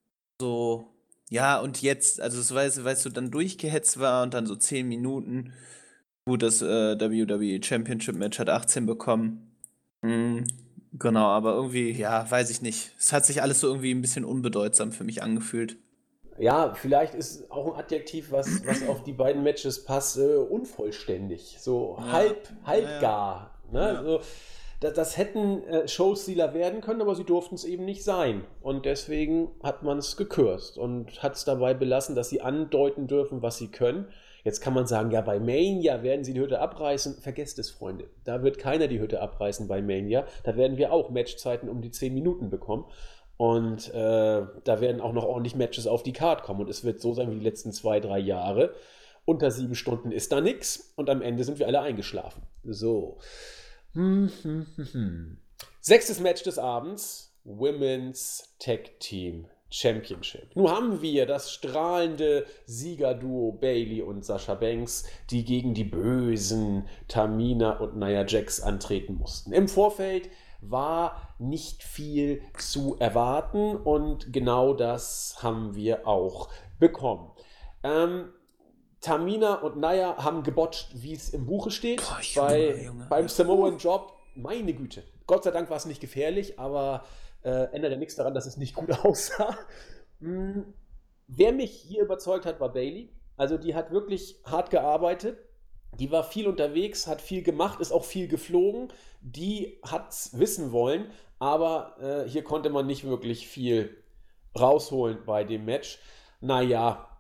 so, ja, und jetzt, also es weißt, weißt du, dann durchgehetzt war und dann so zehn Minuten. Gut, das äh, W W E Championship Match hat achtzehn bekommen. Mhm, genau, aber irgendwie, ja, weiß ich nicht. Es hat sich alles so irgendwie ein bisschen unbedeutsam für mich angefühlt. Ja, vielleicht ist auch ein Adjektiv, was, was auf die beiden Matches passt, äh, unvollständig. So Ja, halb, naja, halbgar. Ne? ja. So, das, das hätten äh, Showstealer werden können, aber sie durften es eben nicht sein. Und deswegen hat man es gekürzt und hat es dabei belassen, dass sie andeuten dürfen, was sie können. Jetzt kann man sagen, ja, bei Mania werden sie die Hütte abreißen. Vergesst es, Freunde. Da wird keiner die Hütte abreißen bei Mania. Da werden wir auch Matchzeiten um die zehn Minuten bekommen. Und äh, da werden auch noch ordentlich Matches auf die Card kommen. Und es wird so sein wie die letzten zwei, drei Jahre. Unter sieben Stunden ist da nichts. Und am Ende sind wir alle eingeschlafen. So. Hm, hm, hm, hm. Sechstes Match des Abends. Women's Tag Team Championship. Nun haben wir das strahlende Siegerduo Bayley und Sasha Banks, die gegen die bösen Tamina und Nia Jax antreten mussten. Im Vorfeld war nicht viel zu erwarten und genau das haben wir auch bekommen. Ähm, Tamina und Nia haben gebotcht, wie es im Buche steht. Boah, Junge, Bei, Junge. beim Samoan Drop, meine Güte. Gott sei Dank war es nicht gefährlich, aber äh, ändert ja nichts daran, dass es nicht gut aussah. Hm, wer mich hier überzeugt hat, war Bayley. Also die hat wirklich hart gearbeitet. Die war viel unterwegs, hat viel gemacht, ist auch viel geflogen. Die hat es wissen wollen, aber äh, hier konnte man nicht wirklich viel rausholen bei dem Match. Naja,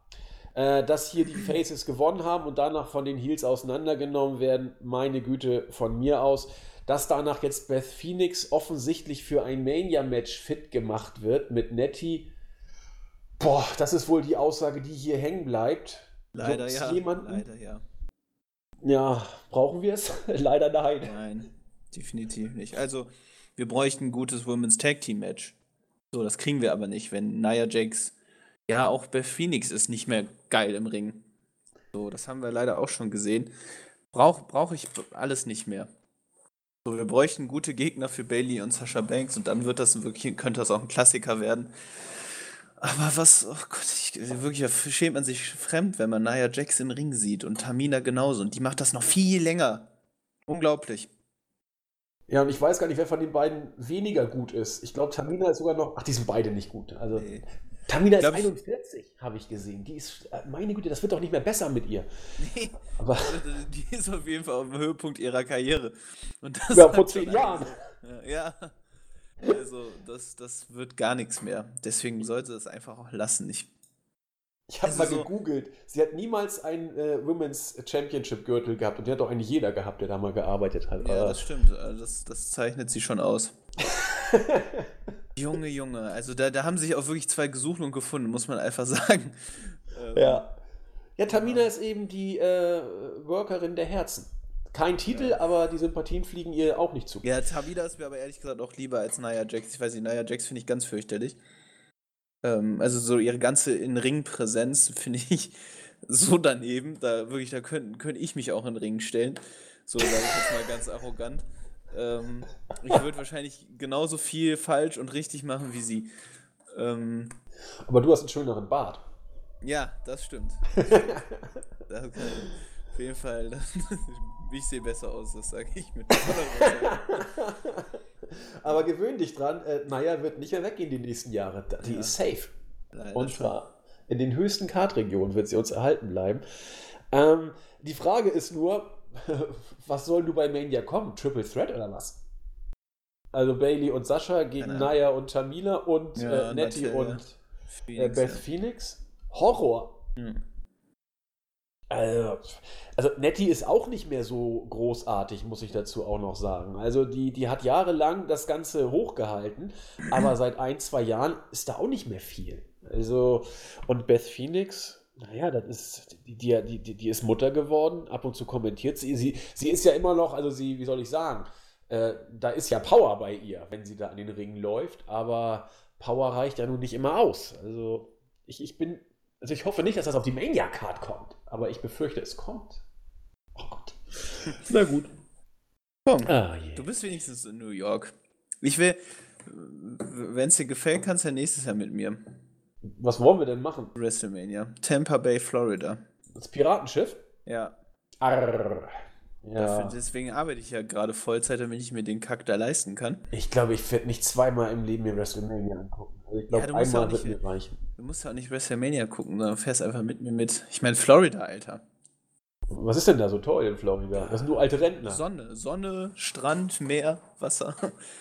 Äh, dass hier die Faces gewonnen haben und danach von den Heels auseinandergenommen werden, meine Güte, von mir aus. Dass danach jetzt Beth Phoenix offensichtlich für ein Mania-Match fit gemacht wird mit Nettie. Boah, das ist wohl die Aussage, die hier hängen bleibt. Leider Juckt's ja. jemanden? Leider ja. Ja, brauchen wir es? Leider nein. Nein, definitiv nicht. Also, wir bräuchten ein gutes Women's Tag Team Match. So, das kriegen wir aber nicht, wenn Nia Jax, ja, auch Beth Phoenix ist nicht mehr geil im Ring. So, das haben wir leider auch schon gesehen. Brauche brauch ich alles nicht mehr. So, wir bräuchten gute Gegner für Bayley und Sasha Banks und dann wird das wirklich, könnte das auch ein Klassiker werden. Aber was, oh Gott, ich, wirklich, da schämt man sich fremd, wenn man Nia Jax im Ring sieht und Tamina genauso. Und die macht das noch viel länger. Unglaublich. Ja, und ich weiß gar nicht, wer von den beiden weniger gut ist. Ich glaube, Tamina ist sogar noch. Ach, die sind beide nicht gut. Also, Nee. Tamina ist Glaub ich- einundvierzig, habe ich gesehen. Die ist, äh, meine Güte, das wird doch nicht mehr besser mit ihr. Nee. Aber Die ist auf jeden Fall auf dem Höhepunkt ihrer Karriere. Und das ja, sagt vor schon zehn Jahren. einiges. Ja. Also, das, das wird gar nichts mehr. Deswegen sollte es einfach auch lassen. Ich, Ich habe Also mal so- gegoogelt. Sie hat niemals einen äh, Women's Championship Gürtel gehabt und die hat doch eigentlich jeder gehabt, der da mal gearbeitet hat. ja, Aber- das stimmt. Also Das, das zeichnet sie schon aus. Junge, Junge. Also, da, da haben sich auch wirklich zwei gesucht und gefunden, muss man einfach sagen. Ähm, Ja. Ja, Tamina ist eben die äh, Workerin der Herzen. Kein Titel, aber die Sympathien fliegen ihr auch nicht zu. Ja, Tamina ist mir aber ehrlich gesagt auch lieber als Nia Jax. Ich weiß nicht, Nia Jax finde ich ganz fürchterlich. Ähm, also so ihre ganze In-Ring-Präsenz finde ich so daneben. Da wirklich, da könnte könnt ich mich auch in den Ring stellen. So sage ich jetzt mal ganz arrogant. Ähm, ich würde wahrscheinlich genauso viel falsch und richtig machen wie sie. Ähm, Aber du hast einen schöneren Bart. ja, das stimmt. Das stimmt. Da kann ich auf jeden Fall. Ich sehe besser aus, das sage ich mit voller Überzeugung. Aber gewöhn dich dran, äh, Naya wird nicht mehr weggehen die nächsten Jahre. Da- Die Ja. ist safe. Leider Und schon. zwar in den höchsten Kartregionen wird sie uns erhalten bleiben. Ähm, die Frage ist nur, was soll du bei Mania kommen? Triple Threat oder was? Also Bayley und Sascha gegen Keine Naya und Tamina und Ja, äh, Nettie Natalia. und äh, Phoenix, Beth ja. Phoenix. Horror. Hm. Also, also Nettie ist auch nicht mehr so großartig, muss ich dazu auch noch sagen. Also die, die hat jahrelang das Ganze hochgehalten, aber seit ein, zwei Jahren ist da auch nicht mehr viel. Also, und Beth Phoenix, naja, das ist, die, die, die, die ist Mutter geworden, ab und zu kommentiert sie. Sie, sie ist ja immer noch, also sie, wie soll ich sagen, äh, da ist ja Power bei ihr, wenn sie da an den Ringen läuft, aber Power reicht ja nun nicht immer aus. Also ich, ich bin, also ich hoffe nicht, dass das auf die Mania-Card kommt, aber ich befürchte, es kommt. Oh Gott. Na gut. Komm, Ah, je. du bist wenigstens in New York. Ich will, wenn es dir gefällt, kannst du ja nächstes Jahr mit mir. Was wollen wir denn machen? WrestleMania. Tampa Bay, Florida. Das Piratenschiff? Ja. Arr. Dafür, Ja. deswegen arbeite ich ja gerade Vollzeit, damit ich mir den Kack da leisten kann. Ich glaube, ich werde nicht zweimal im Leben mir WrestleMania angucken. Also ich glaube, Ja, du musst ja einmal auch wird nicht- mir reichen. Du musst ja auch nicht WrestleMania gucken, sondern fährst einfach mit mir mit. Ich meine, Florida, Alter. Was ist denn da so toll in Florida? Das sind nur alte Rentner. Sonne, Sonne, Strand, Meer, Wasser.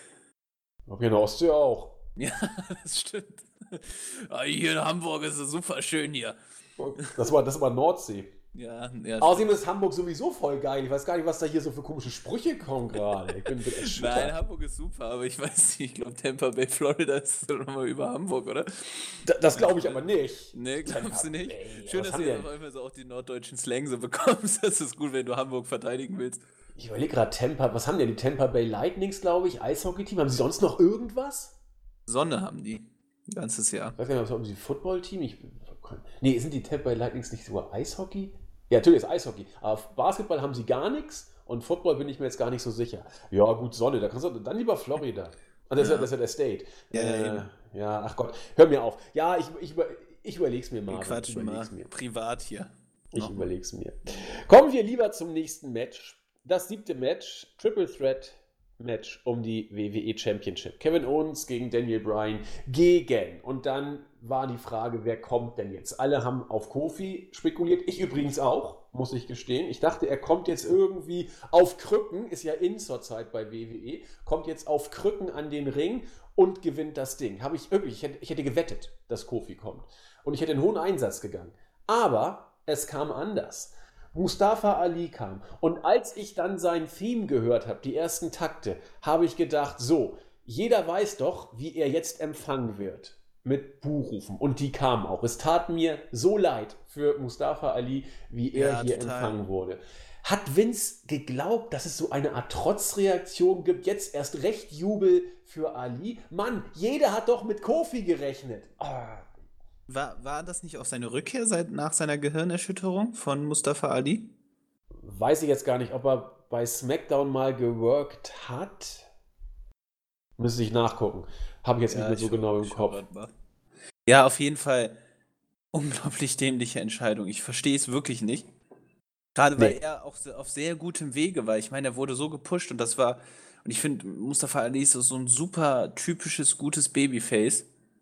Ob hier in der Ostsee auch. Ja, das stimmt. Ah, hier in Hamburg ist es super schön hier. Das war, das war Nordsee. Ja, ja. Außerdem ist Hamburg sowieso voll geil. Ich weiß gar nicht, was da hier so für komische Sprüche kommen gerade. Ich bin, bin erschüttert. Nein, Hamburg ist super, aber ich weiß nicht, ich glaube Tampa Bay, Florida ist doch nochmal über Hamburg, oder? Da- Das glaube ich aber nicht. Nee, glaubst du nicht? Bay, Schön, was dass haben du die jetzt denn? auf einmal so auch den norddeutschen Slang so bekommst. Das ist gut, wenn du Hamburg verteidigen willst. Ich überlege gerade Tampa. Was haben denn die Tampa Bay Lightnings, glaube ich? Eishockey-Team. Haben sie sonst noch irgendwas? Sonne haben die. Ein ganzes Jahr. Ich weiß gar nicht, haben sie ein Football-Team? Ich, nee, sind die Tampa Bay Lightnings nicht sogar Eishockey? Ja, natürlich ist Eishockey. Aber auf Basketball haben sie gar nichts und Football bin ich mir jetzt gar nicht so sicher. Ja, gut, Sonne, da kannst du dann lieber Florida. Ah, das, ist ja. Ja. das ist ja der State. Ja, äh, eben. ja, ach Gott, hör mir auf. Ja, ich, ich, über- ich überleg's mir mal. Wir quatschen mal überleg's mir. privat hier. Ich Nochmal. überleg's mir. Kommen wir lieber zum nächsten Match. Das siebte Match, Triple Threat Match um die W W E Championship. Kevin Owens gegen Daniel Bryan gegen. Und dann war die Frage, wer kommt denn jetzt? Alle haben auf Kofi spekuliert. Ich übrigens auch, muss ich gestehen. Ich dachte, er kommt jetzt irgendwie auf Krücken, ist ja in zur Zeit bei W W E, kommt jetzt auf Krücken an den Ring und gewinnt das Ding. Habe ich wirklich, ich hätte, ich hätte gewettet, dass Kofi kommt. Und ich hätte einen hohen Einsatz gegangen. Aber es kam anders. Mustafa Ali kam. Und als ich dann sein Theme gehört habe, die ersten Takte, habe ich gedacht, so, jeder weiß doch, wie er jetzt empfangen wird. Mit Buhrufen. Und die kamen auch. Es tat mir so leid für Mustafa Ali, wie er Ja, hier total. empfangen wurde. Hat Vince geglaubt, dass es so eine Art Trotzreaktion gibt? Jetzt erst recht Jubel für Ali? Mann, jeder hat doch mit Kofi gerechnet. Ah, War, war das nicht auch seine Rückkehr seit, nach seiner Gehirnerschütterung von Mustafa Ali? weiß ich jetzt gar nicht, ob er bei SmackDown mal geworkt hat. Müsste ich nachgucken. Habe ich jetzt nicht Ja, mehr ich so schau- genau im ich schau Kopf. grad mal. Ja, auf jeden Fall unglaublich dämliche Entscheidung. Ich verstehe es wirklich nicht. Gerade weil Nee. er auch se- auf sehr gutem Wege war. Ich meine, er wurde so gepusht und das war. Und ich finde, Mustafa Ali ist so ein super typisches, gutes Babyface,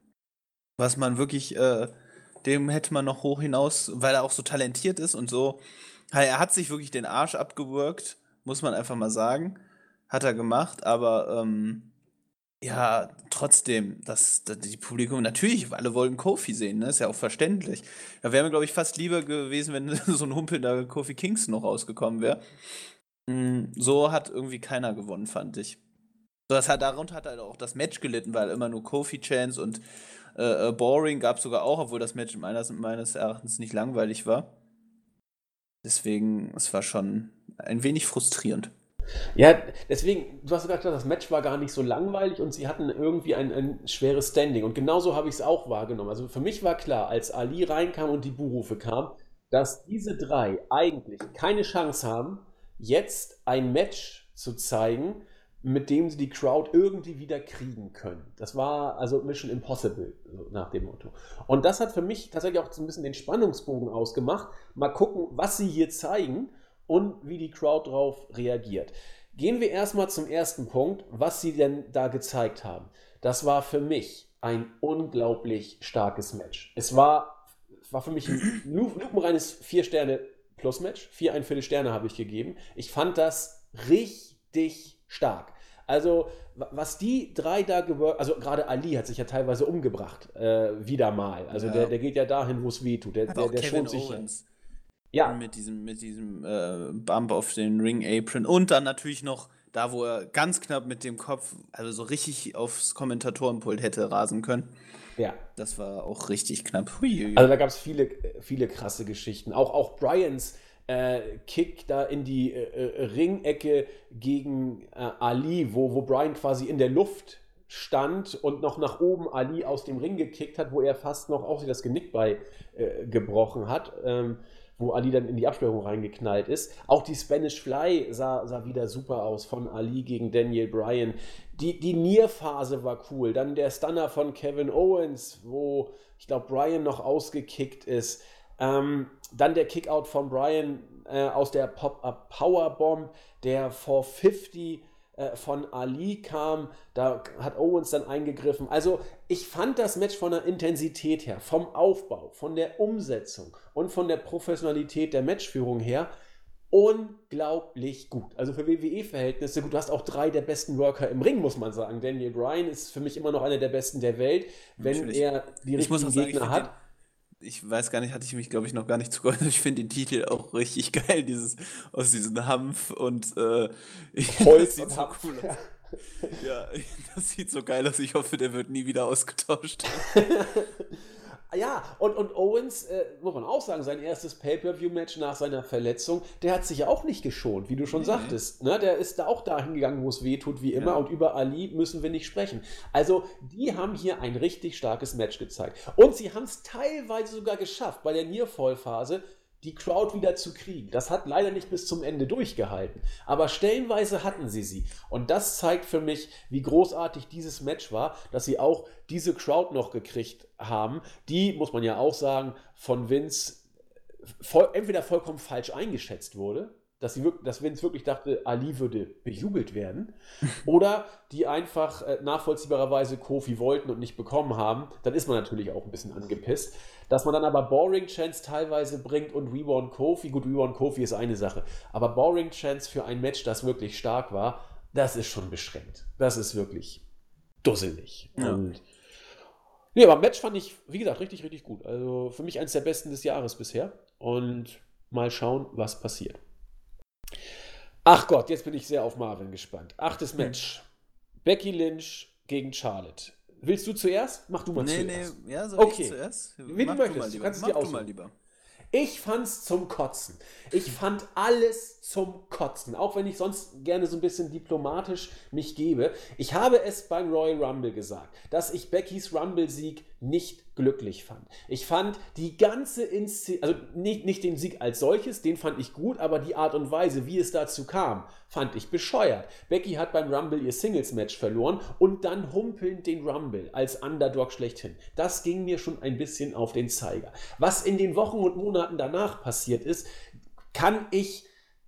was man wirklich, äh, dem hätte man noch hoch hinaus, weil er auch so talentiert ist und so. Ja, er hat sich wirklich den Arsch abgewürgt, muss man einfach mal sagen. Hat er gemacht, aber ähm, ja, trotzdem, das, das, die Publikum, natürlich, alle wollten Kofi sehen, ne? Ist ja auch verständlich. Da wäre mir, glaube ich, fast lieber gewesen, wenn so ein humpelnder Kofi Kingston noch rausgekommen wäre. Mm, So hat irgendwie keiner gewonnen, fand ich. So, das hat, darunter hat halt auch das Match gelitten, weil immer nur Kofi-Chance und äh, äh, Boring gab es sogar auch, obwohl das Match meines, meines Erachtens nicht langweilig war. Deswegen, es war schon ein wenig frustrierend. Ja, deswegen, du hast sogar gesagt, das Match war gar nicht so langweilig und sie hatten irgendwie ein, ein schweres Standing. Und genauso habe ich es auch wahrgenommen. Also für mich war klar, als Ali reinkam und die Buhrufe kamen, dass diese drei eigentlich keine Chance haben, jetzt ein Match zu zeigen, mit dem sie die Crowd irgendwie wieder kriegen können. Das war also Mission Impossible, so nach dem Motto. Und das hat für mich tatsächlich auch so ein bisschen den Spannungsbogen ausgemacht. Mal gucken, was sie hier zeigen und wie die Crowd darauf reagiert. Gehen wir erstmal zum ersten Punkt, was sie denn da gezeigt haben. Das war für mich ein unglaublich starkes Match. Es war, war für mich ein lupenreines vier Sterne Plus Match. vier ein Viertel Sterne habe ich gegeben. Ich fand das richtig stark. Also, was die drei da gewirkt, also gerade Ali hat sich ja teilweise umgebracht, äh, wieder mal. Also der, Ja. der geht ja dahin, wo es weh tut. Der, Aber der, auch der Kevin schont sich. Owens Ja, mit diesem, mit diesem äh, Bump auf den Ring Apron und dann natürlich noch da, wo er ganz knapp mit dem Kopf, also so richtig aufs Kommentatorenpult hätte rasen können. ja. Das war auch richtig knapp. Hui. Also da gab es viele, viele krasse Geschichten. Auch, auch Bryans äh, Kick da in die äh, äh, Ringecke gegen äh, Ali, wo, wo Bryan quasi in der Luft stand und noch nach oben Ali aus dem Ring gekickt hat, wo er fast noch auch sich das Genick bei äh, gebrochen hat, ähm, wo Ali dann in die Absperrung reingeknallt ist. Auch die Spanish Fly sah, sah wieder super aus von Ali gegen Daniel Bryan. Die, die Near-Phase war cool. Dann der Stunner von Kevin Owens, wo ich glaube Bryan noch ausgekickt ist. Ähm, dann der Kickout von Bryan äh, aus der Pop-Up Powerbomb, der vierhundertfünfzig äh, von Ali kam. Da hat Owens dann eingegriffen. Also ich fand das Match von der Intensität her, vom Aufbau, von der Umsetzung und von der Professionalität der Matchführung her unglaublich gut. Also für W W E-Verhältnisse, gut, du hast auch drei der besten Worker im Ring, muss man sagen. Daniel Bryan ist für mich immer noch einer der besten der Welt, wenn Natürlich. er die Ich muss richtigen auch sagen, ich Gegner finde hat. den, ich weiß gar nicht, hatte ich mich, glaube ich, noch gar nicht zu geäußert. Ich finde den Titel auch richtig geil, dieses, aus diesem Hanf und äh, das Holz sieht und so Hanf. cool aus. Ja, das sieht so geil aus. Ich hoffe, der wird nie wieder ausgetauscht. Ja, und, und Owens, äh, muss man auch sagen, sein erstes Pay-Per-View-Match nach seiner Verletzung, der hat sich ja auch nicht geschont, wie du schon Nee. sagtest. Ne? Der ist da auch dahin gegangen, wo es weh tut, wie immer. Ja. Und über Ali müssen wir nicht sprechen. Also, die haben hier ein richtig starkes Match gezeigt. Und sie haben es teilweise sogar geschafft, bei der Near-Fall-Phase die Crowd wieder zu kriegen. Das hat leider nicht bis zum Ende durchgehalten. Aber stellenweise hatten sie sie. Und das zeigt für mich, wie großartig dieses Match war, dass sie auch diese Crowd noch gekriegt haben. Die, muss man ja auch sagen, von Vince voll, entweder vollkommen falsch eingeschätzt wurde, dass, sie wirklich, dass Vince wirklich dachte, Ali würde bejubelt werden, oder die einfach äh, nachvollziehbarerweise Kofi wollten und nicht bekommen haben. Dann ist man natürlich auch ein bisschen angepisst. Dass man dann aber Boring Chance teilweise bringt und We Want Kofi, gut, We Want Kofi ist eine Sache, aber Boring Chance für ein Match, das wirklich stark war, das ist schon beschränkt. Das ist wirklich dusselig. Ja. Und Nee, aber Match fand ich, wie gesagt, richtig, richtig gut. Also für mich eines der besten des Jahres bisher. Und mal schauen, was passiert. Ach Gott, jetzt bin ich sehr auf Marvin gespannt. Achtes Hm. Match. Becky Lynch gegen Charlotte. Willst du zuerst? Mach du mal Nee, nee, zuerst. ja, soll ich Okay. zuerst? Wie du Mach du mal möchtest, du lieber. kannst es Mach dir du mal aussuchen. lieber. Ich fand's zum Kotzen. Ich fand alles zum Kotzen, auch wenn ich sonst gerne so ein bisschen diplomatisch mich gebe. Ich habe es beim Royal Rumble gesagt, dass ich Beckys Rumble-Sieg nicht glücklich fand. Ich fand die ganze Inszenierung, also nicht, nicht den Sieg als solches, den fand ich gut, aber die Art und Weise, wie es dazu kam, fand ich bescheuert. Becky hat beim Rumble ihr Singles-Match verloren und dann humpelnd den Rumble als Underdog schlechthin. Das ging mir schon ein bisschen auf den Zeiger. Was in den Wochen und Monaten danach passiert ist, kann ich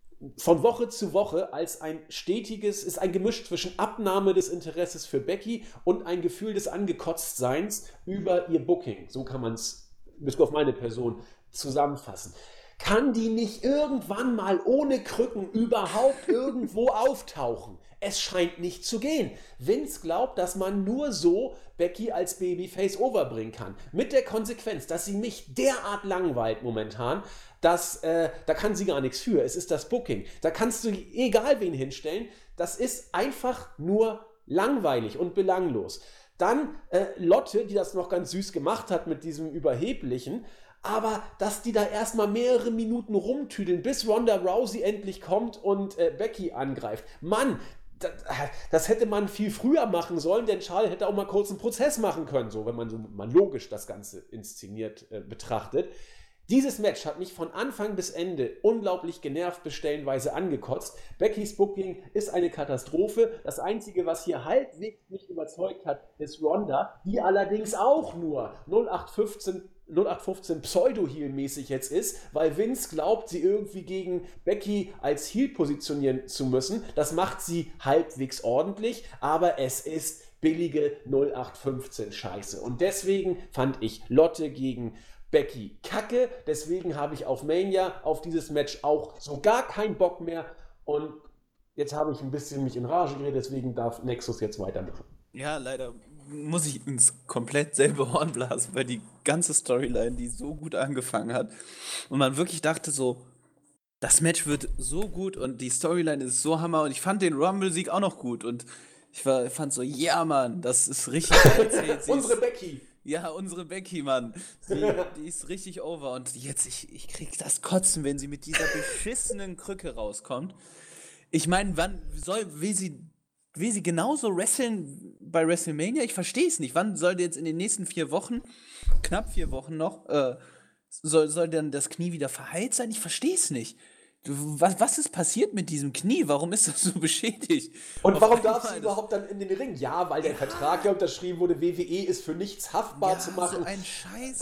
von Woche zu Woche als ein stetiges, ist ein Gemisch zwischen Abnahme des Interesses für Becky und ein Gefühl des Angekotztseins über ihr Booking. So kann man es, bis auf meine Person, zusammenfassen. Kann die nicht irgendwann mal ohne Krücken überhaupt irgendwo auftauchen? Es scheint nicht zu gehen. Vince glaubt, dass man nur so Becky als Babyface overbringen kann. Mit der Konsequenz, dass sie mich derart langweilt momentan, dass äh, da kann sie gar nichts für. Es ist das Booking. Da kannst du egal wen hinstellen. Das ist einfach nur langweilig und belanglos. Dann äh, Lotte, die das noch ganz süß gemacht hat mit diesem Überheblichen. Aber dass die da erstmal mehrere Minuten rumtüdeln, bis Ronda Rousey endlich kommt und äh, Becky angreift. Mann, das, das hätte man viel früher machen sollen, denn Charlotte hätte auch mal kurz einen Prozess machen können, so wenn man so mal logisch das Ganze inszeniert äh, betrachtet. Dieses Match hat mich von Anfang bis Ende unglaublich genervt bis stellenweise angekotzt. Beckys Booking ist eine Katastrophe. Das Einzige, was hier halbwegs mich überzeugt hat, ist Ronda, die allerdings auch nur null acht fünfzehn null acht fünfzehn Pseudo-Heel-mäßig jetzt ist, weil Vince glaubt, sie irgendwie gegen Becky als Heel positionieren zu müssen. Das macht sie halbwegs ordentlich, aber es ist billige null acht fünfzehn Scheiße. Und deswegen fand ich Lotte gegen Becky kacke. Deswegen habe ich auf Mania auf dieses Match auch so gar keinen Bock mehr. Und jetzt habe ich ein bisschen mich in Rage geredet, deswegen darf Nexus jetzt weitermachen. Ja, leider muss ich ins komplett selbe Horn blasen, weil die ganze Storyline, die so gut angefangen hat und man wirklich dachte so, das Match wird so gut und die Storyline ist so Hammer und ich fand den Rumble-Sieg auch noch gut und ich war, fand so, ja Mann, das ist richtig geil erzählt. Sie Unsere ist, Becky. ja, unsere Becky, Mann. Sie, die ist richtig over und jetzt, ich, ich krieg das Kotzen, wenn sie mit dieser beschissenen Krücke rauskommt. Ich meine, wann soll, will sie, will sie genauso wresteln bei WrestleMania? Ich verstehe es nicht. Wann soll jetzt in den nächsten vier Wochen, knapp vier Wochen noch, äh, soll, soll dann das Knie wieder verheilt sein? Ich verstehe es nicht. Du, Was, was ist passiert mit diesem Knie? Warum ist das so beschädigt? Und Auf warum darf einmal sie das- überhaupt dann in den Ring? Ja, weil der Vertrag ja unterschrieben wurde, W W E ist für nichts haftbar Ja, zu so machen. ein Scheiß.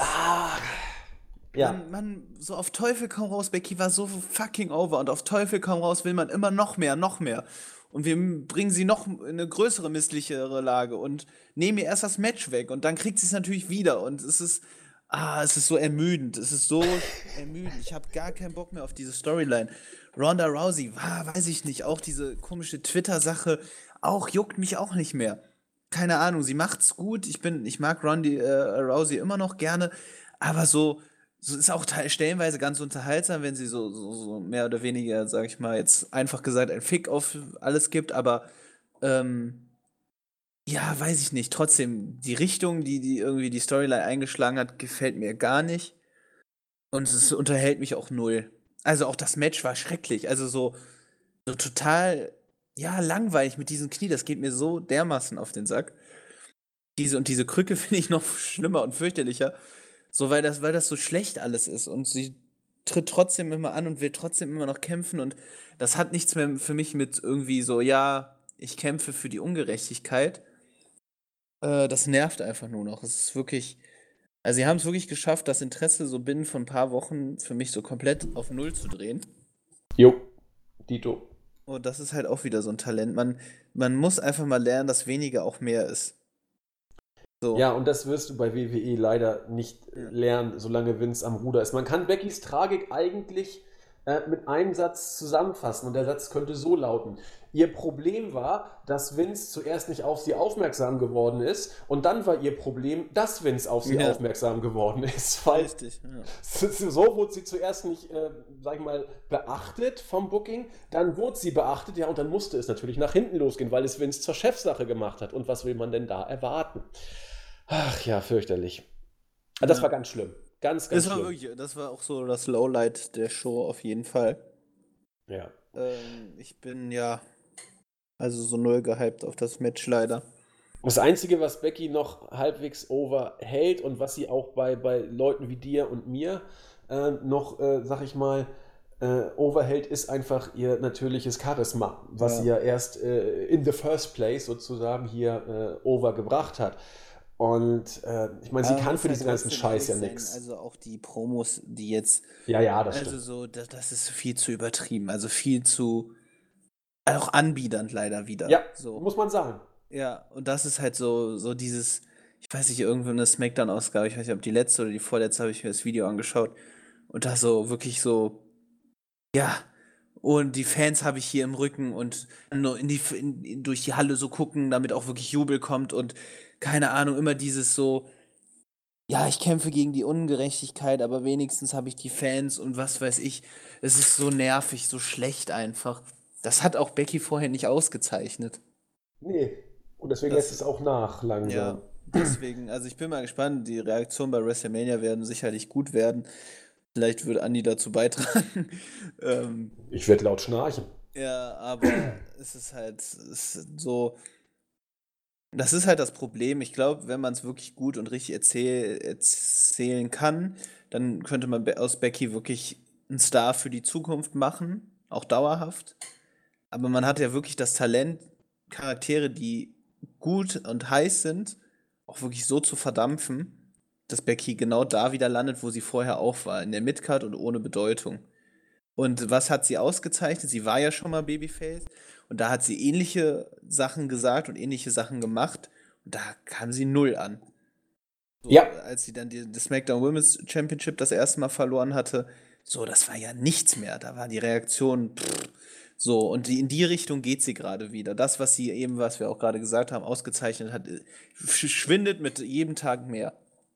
Ja. Man, man, so auf Teufel komm raus, Becky war so fucking over und auf Teufel komm raus will man immer noch mehr, noch mehr. Und wir bringen sie noch in eine größere misslichere Lage und nehmen ihr erst das Match weg und dann kriegt sie es natürlich wieder und es ist, ah, es ist so ermüdend, es ist so ermüdend. Ich habe gar keinen Bock mehr auf diese Storyline. Ronda Rousey, war, weiß ich nicht, auch diese komische Twitter-Sache, auch juckt mich auch nicht mehr. Keine Ahnung, sie macht's gut. Ich bin, ich mag Ronda äh, Rousey immer noch gerne, aber so so ist auch teil- stellenweise ganz unterhaltsam, wenn sie so, so, so mehr oder weniger, sag ich mal, jetzt einfach gesagt, ein Fick auf alles gibt, aber ähm, ja, weiß ich nicht. Trotzdem, die Richtung, die, die irgendwie die Storyline eingeschlagen hat, gefällt mir gar nicht. Und es unterhält mich auch null. Also auch das Match war schrecklich. Also so, so total, ja, langweilig mit diesem Knie. Das geht mir so dermaßen auf den Sack. Diese und diese Krücke finde ich noch schlimmer und fürchterlicher. So, weil das, weil das so schlecht alles ist. Und sie tritt trotzdem immer an und will trotzdem immer noch kämpfen. Und das hat nichts mehr für mich mit irgendwie so, ja, ich kämpfe für die Ungerechtigkeit. Äh, das nervt einfach nur noch. Es ist wirklich. Also, sie haben es wirklich geschafft, das Interesse so binnen von ein paar Wochen für mich so komplett auf Null zu drehen. Jo, Dito. Und das ist halt auch wieder so ein Talent. Man, man muss einfach mal lernen, dass weniger auch mehr ist. So. Ja, und das wirst du bei W W E leider nicht Ja. lernen, solange Vince am Ruder ist. Man kann Beckys Tragik eigentlich äh, mit einem Satz zusammenfassen und der Satz könnte so lauten. Ihr Problem war, dass Vince zuerst nicht auf sie aufmerksam geworden ist und dann war ihr Problem, dass Vince auf sie Ja. aufmerksam geworden ist. Weil Richtig, ja. so wurde sie zuerst nicht, äh, sag ich mal, beachtet vom Booking, dann wurde sie beachtet, ja, und dann musste es natürlich nach hinten losgehen, weil es Vince zur Chefsache gemacht hat. Und was will man denn da erwarten? Ach ja, fürchterlich. Das Ja. war ganz schlimm. Ganz, ganz Das war schlimm. wirklich, das war auch so das Lowlight der Show auf jeden Fall. Ja. Ähm, ich bin ja also so null gehypt auf das Match leider. Das Einzige, was Becky noch halbwegs over hält und was sie auch bei, bei Leuten wie dir und mir äh, noch, äh, sag ich mal, äh, overhält, ist einfach ihr natürliches Charisma, was Ja. sie ja erst äh, in the first place sozusagen hier äh, overgebracht hat. Und äh, ich meine, sie Aber man kann muss für halt diesen ganzen trotzdem Scheiß ja ehrlich sein, nichts. Also auch die Promos, die jetzt, Ja, ja, das also stimmt. so, das, das ist viel zu übertrieben, also viel zu, auch anbiedernd leider wieder. Ja, So. muss man sagen. Ja, und das ist halt so, so dieses, ich weiß nicht, irgendwo in der Smackdown-Ausgabe, ich weiß nicht, ob die letzte oder die vorletzte, habe ich mir das Video angeschaut und da so wirklich so, ja, und die Fans habe ich hier im Rücken und nur in die, in, in, durch die Halle so gucken, damit auch wirklich Jubel kommt und keine Ahnung, immer dieses so, ja, ich kämpfe gegen die Ungerechtigkeit, aber wenigstens habe ich die Fans und was weiß ich. Es ist so nervig, so schlecht einfach. Das hat auch Becky vorher nicht ausgezeichnet. Nee. Und deswegen Das- lässt es auch nach, langsam. Ja, deswegen, also ich bin mal gespannt. Die Reaktionen bei WrestleMania werden sicherlich gut werden. Vielleicht würde Andi dazu beitragen. ähm, Ich werde laut schnarchen. ja, aber es ist halt es ist so. Das ist halt das Problem. Ich glaube, wenn man es wirklich gut und richtig erzähl erzählen kann, dann könnte man Be aus Becky wirklich einen Star für die Zukunft machen, auch dauerhaft. Aber man hat ja wirklich das Talent, Charaktere, die gut und heiß sind, auch wirklich so zu verdampfen, dass Becky genau da wieder landet, wo sie vorher auch war, in der Midcard und ohne Bedeutung. Und was hat sie ausgezeichnet? Sie war ja schon mal Babyface und da hat sie ähnliche Sachen gesagt und ähnliche Sachen gemacht und da kam sie null an. So, Ja. Als sie dann die, das SmackDown Women's Championship das erste Mal verloren hatte, so, das war ja nichts mehr. Da war die Reaktion, pff, so, und die, in die Richtung geht sie gerade wieder. Das, was sie eben, was wir auch gerade gesagt haben, ausgezeichnet hat, äh, sch- schwindet mit jedem Tag mehr.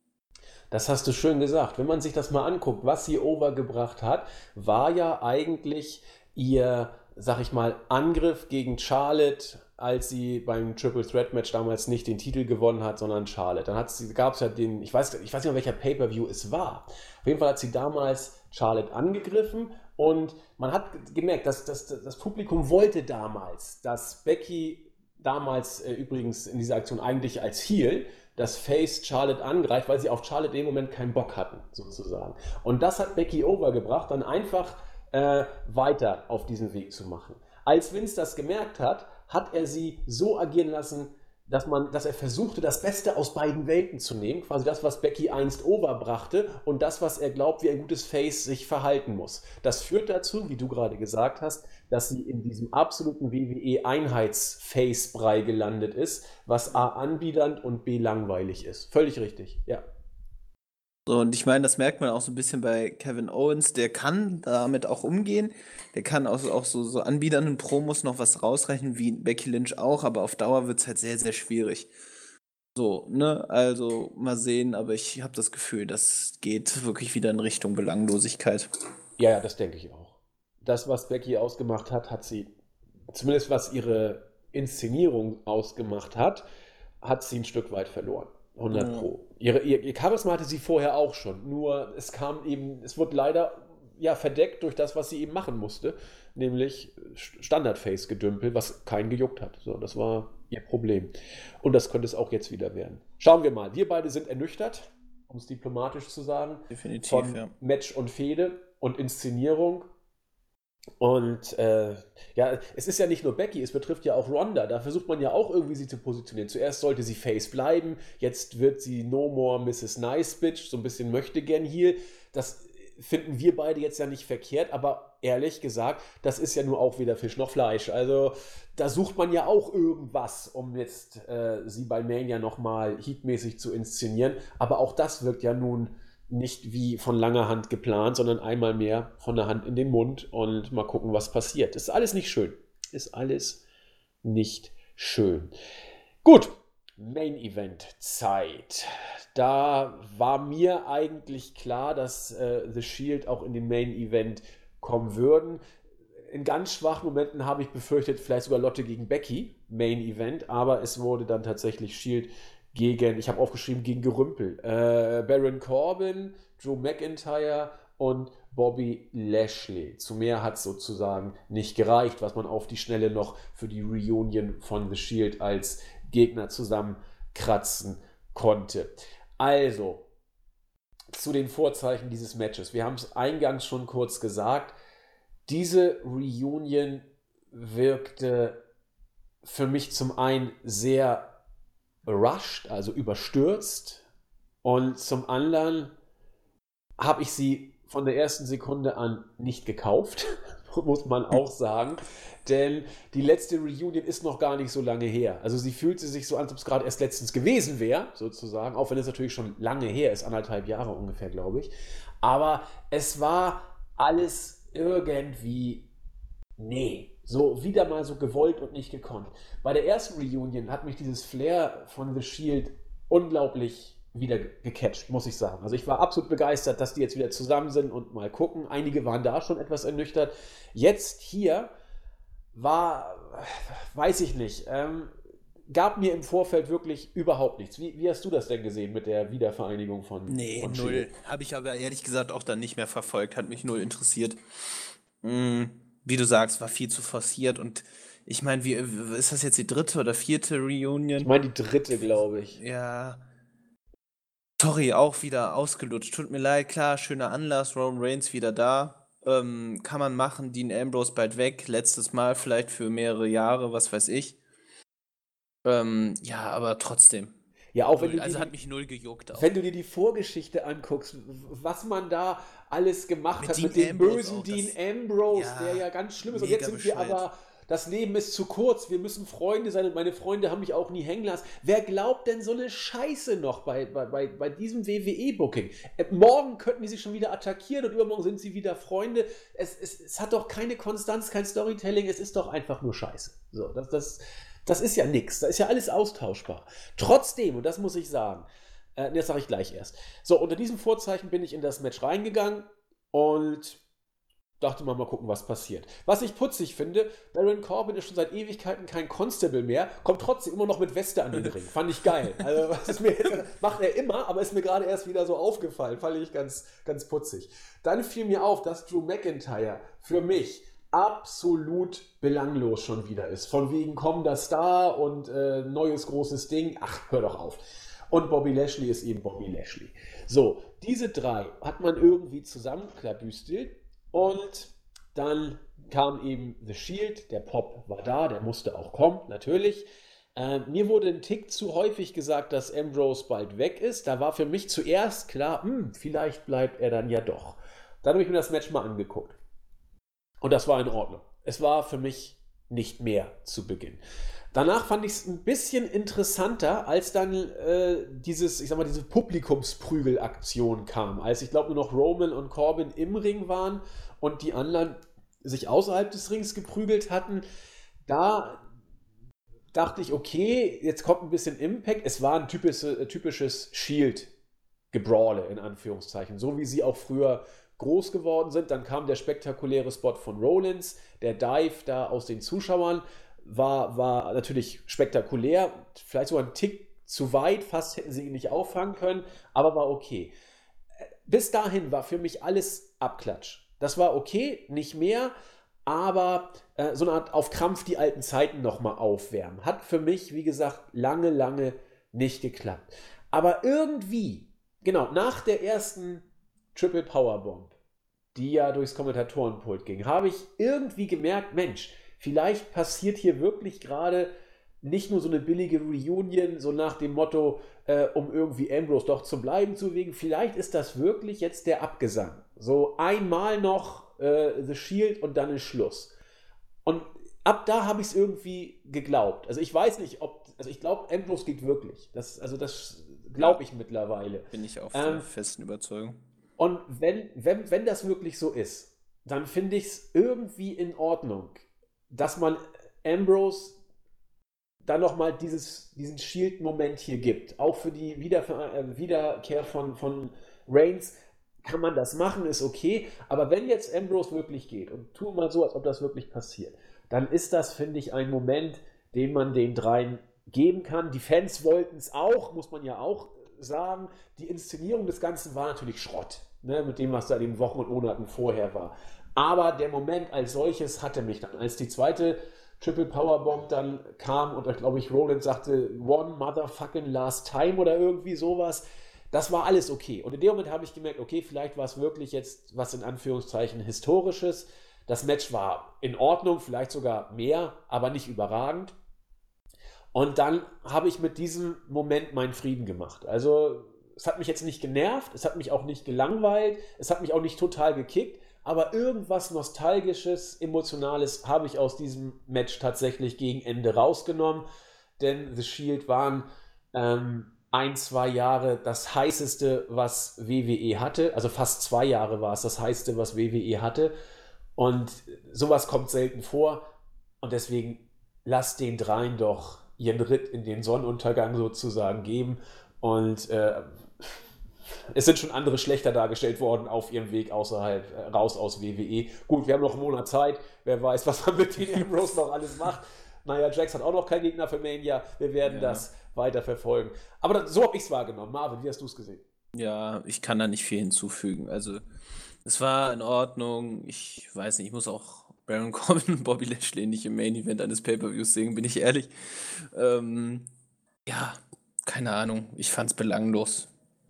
Das hast du schön gesagt. Wenn man sich das mal anguckt, was sie overgebracht hat, war ja eigentlich ihr, sag ich mal, Angriff gegen Charlotte, als sie beim Triple Threat Match damals nicht den Titel gewonnen hat, sondern Charlotte. Dann gab es ja den, ich weiß, ich weiß nicht mehr, welcher Pay-Per-View es war. Auf jeden Fall hat sie damals Charlotte angegriffen und man hat gemerkt, dass, dass das Publikum wollte damals, dass Becky damals äh, übrigens in dieser Aktion eigentlich als Heel das Face Charlotte angreift, weil sie auf Charlotte in dem Moment keinen Bock hatten, sozusagen. Und das hat Becky overgebracht, dann einfach äh, weiter auf diesen Weg zu machen. Als Vince das gemerkt hat, hat er sie so agieren lassen, dass, man, dass er versuchte, das Beste aus beiden Welten zu nehmen, quasi das, was Becky einst overbrachte und das, was er glaubt, wie ein gutes Face sich verhalten muss. Das führt dazu, wie du gerade gesagt hast, dass sie in diesem absoluten W W E-Einheits-Face-Brei gelandet ist, was A anbiedernd und B langweilig ist. Völlig richtig, ja. So, und ich meine, das merkt man auch so ein bisschen bei Kevin Owens, der kann damit auch umgehen. Der kann aus auch so, so anbiedernden Promos noch was rausrechnen, wie Becky Lynch auch, aber auf Dauer wird es halt sehr, sehr schwierig. So, ne? Also mal sehen, aber ich habe das Gefühl, das geht wirklich wieder in Richtung Belanglosigkeit. Ja, ja, das denke ich auch. Das, was Becky ausgemacht hat, hat sie, zumindest was ihre Inszenierung ausgemacht hat, hat sie ein Stück weit verloren. hundert Pro. Ihre, ihr, ihr Charisma hatte sie vorher auch schon, nur es kam eben, es wurde leider ja verdeckt durch das, was sie eben machen musste, nämlich Standard-Face-Gedümpel, was keinen gejuckt hat. So, das war ihr Problem. Und das könnte es auch jetzt wieder werden. Schauen wir mal. Wir beide sind ernüchtert, um es diplomatisch zu sagen, Definitiv, von ja. Match und Fehde und Inszenierung. Und äh, ja, es ist ja nicht nur Becky, es betrifft ja auch Ronda. Da versucht man ja auch irgendwie sie zu positionieren. Zuerst sollte sie Face bleiben, jetzt wird sie No More Missus Nice Bitch, so ein bisschen möchte gern hier. Das finden wir beide jetzt ja nicht verkehrt, aber ehrlich gesagt, das ist ja nur auch weder Fisch noch Fleisch. Also da sucht man ja auch irgendwas, um jetzt äh, sie bei Mania nochmal heatmäßig zu inszenieren. Aber auch das wirkt ja nun nicht wie von langer Hand geplant, sondern einmal mehr von der Hand in den Mund und mal gucken, was passiert. Ist alles nicht schön. Ist alles nicht schön. Gut, Main Event Zeit. Da war mir eigentlich klar, dass äh, The Shield auch in den Main Event kommen würden. In ganz schwachen Momenten habe ich befürchtet, vielleicht sogar Lotte gegen Becky, Main Event, aber es wurde dann tatsächlich Shield gegen, ich habe aufgeschrieben, gegen Gerümpel. Äh, Baron Corbin, Drew McIntyre und Bobby Lashley. Zu mehr hat es sozusagen nicht gereicht, was man auf die Schnelle noch für die Reunion von The Shield als Gegner zusammenkratzen konnte. Also, zu den Vorzeichen dieses Matches. Wir haben es eingangs schon kurz gesagt. Diese Reunion wirkte für mich zum einen sehr rushed, also überstürzt, und zum anderen habe ich sie von der ersten Sekunde an nicht gekauft, muss man auch sagen, denn die letzte Reunion ist noch gar nicht so lange her. Also sie fühlte sich so an, als ob es gerade erst letztens gewesen wäre, sozusagen, auch wenn es natürlich schon lange her ist, anderthalb Jahre ungefähr, glaube ich. Aber es war alles irgendwie, nee, so wieder mal so gewollt und nicht gekonnt. Bei der ersten Reunion hat mich dieses Flair von The Shield unglaublich wieder gecatcht, muss ich sagen. Also ich war absolut begeistert, dass die jetzt wieder zusammen sind und mal gucken. Einige waren da schon etwas ernüchtert. Jetzt hier war, weiß ich nicht, ähm, gab mir im Vorfeld wirklich überhaupt nichts. Wie, wie hast du das denn gesehen mit der Wiedervereinigung von Nee, von null. Shield? Habe ich aber ehrlich gesagt auch dann nicht mehr verfolgt, hat mich null interessiert. Mm, Wie du sagst, war viel zu forciert und ich meine, wie ist das jetzt die dritte oder vierte Ich Reunion? meine die dritte, glaube ich. Ja, sorry, auch wieder ausgelutscht. Tut mir leid, klar, schöner Anlass, Roman Reigns wieder da. Ähm, kann man machen, Dean Ambrose bald weg, letztes Mal vielleicht für mehrere Jahre, was weiß ich. Ähm, ja, aber trotzdem. Ja, auch wenn Null. du dir Also hat die, mich null gejuckt auch. wenn du dir die Vorgeschichte anguckst, was man da alles gemacht Mit hat mit Dean dem Ambrose bösen auch, Dean das, Ambrose, der ja, ja ganz schlimm ist. Und jetzt mega sind wir bescheuert. aber, das Leben ist zu kurz, wir müssen Freunde sein und meine Freunde haben mich auch nie hängen lassen. Wer glaubt denn so eine Scheiße noch bei, bei, bei, bei diesem W W E-Booking? Äh, morgen könnten die sich schon wieder attackieren und übermorgen sind sie wieder Freunde. Es, es, es hat doch keine Konstanz, kein Storytelling, es ist doch einfach nur Scheiße. So, das, das, das ist ja nichts, da ist ja alles austauschbar. Trotzdem, und das muss ich sagen, äh, das sage ich gleich erst. So, unter diesem Vorzeichen bin ich in das Match reingegangen und dachte mal, mal gucken, was passiert. Was ich putzig finde, Baron Corbin ist schon seit Ewigkeiten kein Constable mehr, kommt trotzdem immer noch mit Weste an den Ring. Fand ich geil. Also, das ist mir jetzt, macht er immer, aber ist mir gerade erst wieder so aufgefallen. Fand ich ganz, ganz putzig. Dann fiel mir auf, dass Drew McIntyre für mich absolut belanglos schon wieder ist. Von wegen kommender Star und äh, neues großes Ding. Ach, hör doch auf. Und Bobby Lashley ist eben Bobby Lashley. So, diese drei hat man irgendwie zusammenklabüstelt. Und dann kam eben The Shield, der Pop war da, der musste auch kommen, natürlich. Äh, mir wurde ein Tick zu häufig gesagt, dass Ambrose bald weg ist. Da war für mich zuerst klar, hm, vielleicht bleibt er dann ja doch. Dann habe ich mir das Match mal angeguckt. Und das war in Ordnung. Es war für mich nicht mehr zu Beginn. Danach fand ich es ein bisschen interessanter, als dann äh, dieses, ich sag mal, diese Publikumsprügelaktion kam. Als ich glaube nur noch Roman und Corbin im Ring waren und die anderen sich außerhalb des Rings geprügelt hatten. Da dachte ich, okay, jetzt kommt ein bisschen Impact. Es war ein typisches, typisches Shield-Gebrawle, in Anführungszeichen. So wie sie auch früher groß geworden sind. Dann kam der spektakuläre Spot von Rollins, der Dive da aus den Zuschauern. War, war natürlich spektakulär, vielleicht sogar ein Tick zu weit, fast hätten sie ihn nicht auffangen können, aber war okay. Bis dahin war für mich alles Abklatsch. Das war okay, nicht mehr, aber äh, so eine Art auf Krampf die alten Zeiten nochmal aufwärmen. Hat für mich, wie gesagt, lange, lange nicht geklappt. Aber irgendwie, genau, nach der ersten Triple Powerbomb, die ja durchs Kommentatorenpult ging, habe ich irgendwie gemerkt, Mensch, vielleicht passiert hier wirklich gerade nicht nur so eine billige Reunion, so nach dem Motto, äh, um irgendwie Ambrose doch zu bleiben zu wegen. Vielleicht ist das wirklich jetzt der Abgesang. So einmal noch äh, The Shield und dann ist Schluss. Und ab da habe ich es irgendwie geglaubt. Also ich weiß nicht, ob, also ich glaube, Ambrose geht wirklich. Das, also das, glaube ich mittlerweile. Bin ich auch Ähm, der festen Überzeugung. und wenn, wenn, wenn das wirklich so ist, dann finde ich es irgendwie in Ordnung, dass man Ambrose dann nochmal dieses, diesen Shield-Moment hier gibt. Auch für die Wiederver äh, Wiederkehr von, von Reigns kann man das machen, ist okay. Aber wenn jetzt Ambrose wirklich geht und tu mal so, als ob das wirklich passiert, dann ist das, finde ich, ein Moment, den man den dreien geben kann. Die Fans wollten es auch, muss man ja auch sagen. Die Inszenierung des Ganzen war natürlich Schrott, ne, mit dem, was da in den Wochen und Monaten vorher war. Aber der Moment als solches hatte mich dann, als die zweite Triple Powerbomb dann kam und, glaube ich, Rollins sagte, one motherfucking last time oder irgendwie sowas. Das war alles okay. Und in dem Moment habe ich gemerkt, okay, vielleicht war es wirklich jetzt was in Anführungszeichen Historisches. Das Match war in Ordnung, vielleicht sogar mehr, aber nicht überragend. Und dann habe ich mit diesem Moment meinen Frieden gemacht. Also es hat mich jetzt nicht genervt, es hat mich auch nicht gelangweilt, es hat mich auch nicht total gekickt, aber irgendwas Nostalgisches, Emotionales habe ich aus diesem Match tatsächlich gegen Ende rausgenommen, denn The Shield waren ähm, ein, zwei Jahre das heißeste, was W W E hatte, also fast zwei Jahre war es das heißeste, was W W E hatte, und sowas kommt selten vor und deswegen lasst den dreien doch ihren Ritt in den Sonnenuntergang sozusagen geben und äh, es sind schon andere schlechter dargestellt worden auf ihrem Weg außerhalb, äh, raus aus W W E. Gut, wir haben noch einen Monat Zeit. Wer weiß, was man mit Dean Ambrose noch alles macht. Naja, Jax hat auch noch keinen Gegner für Mania. Wir werden ja. das weiter verfolgen. Aber das, so habe ich es wahrgenommen. Marvin, wie hast du es gesehen? Ja, ich kann da nicht viel hinzufügen. Also, es war in Ordnung. Ich weiß nicht, ich muss auch Baron Corbin und Bobby Lashley nicht im Main Event eines Pay-Per-Views singen, bin ich ehrlich. Ähm, ja, keine Ahnung. Ich fand's belanglos.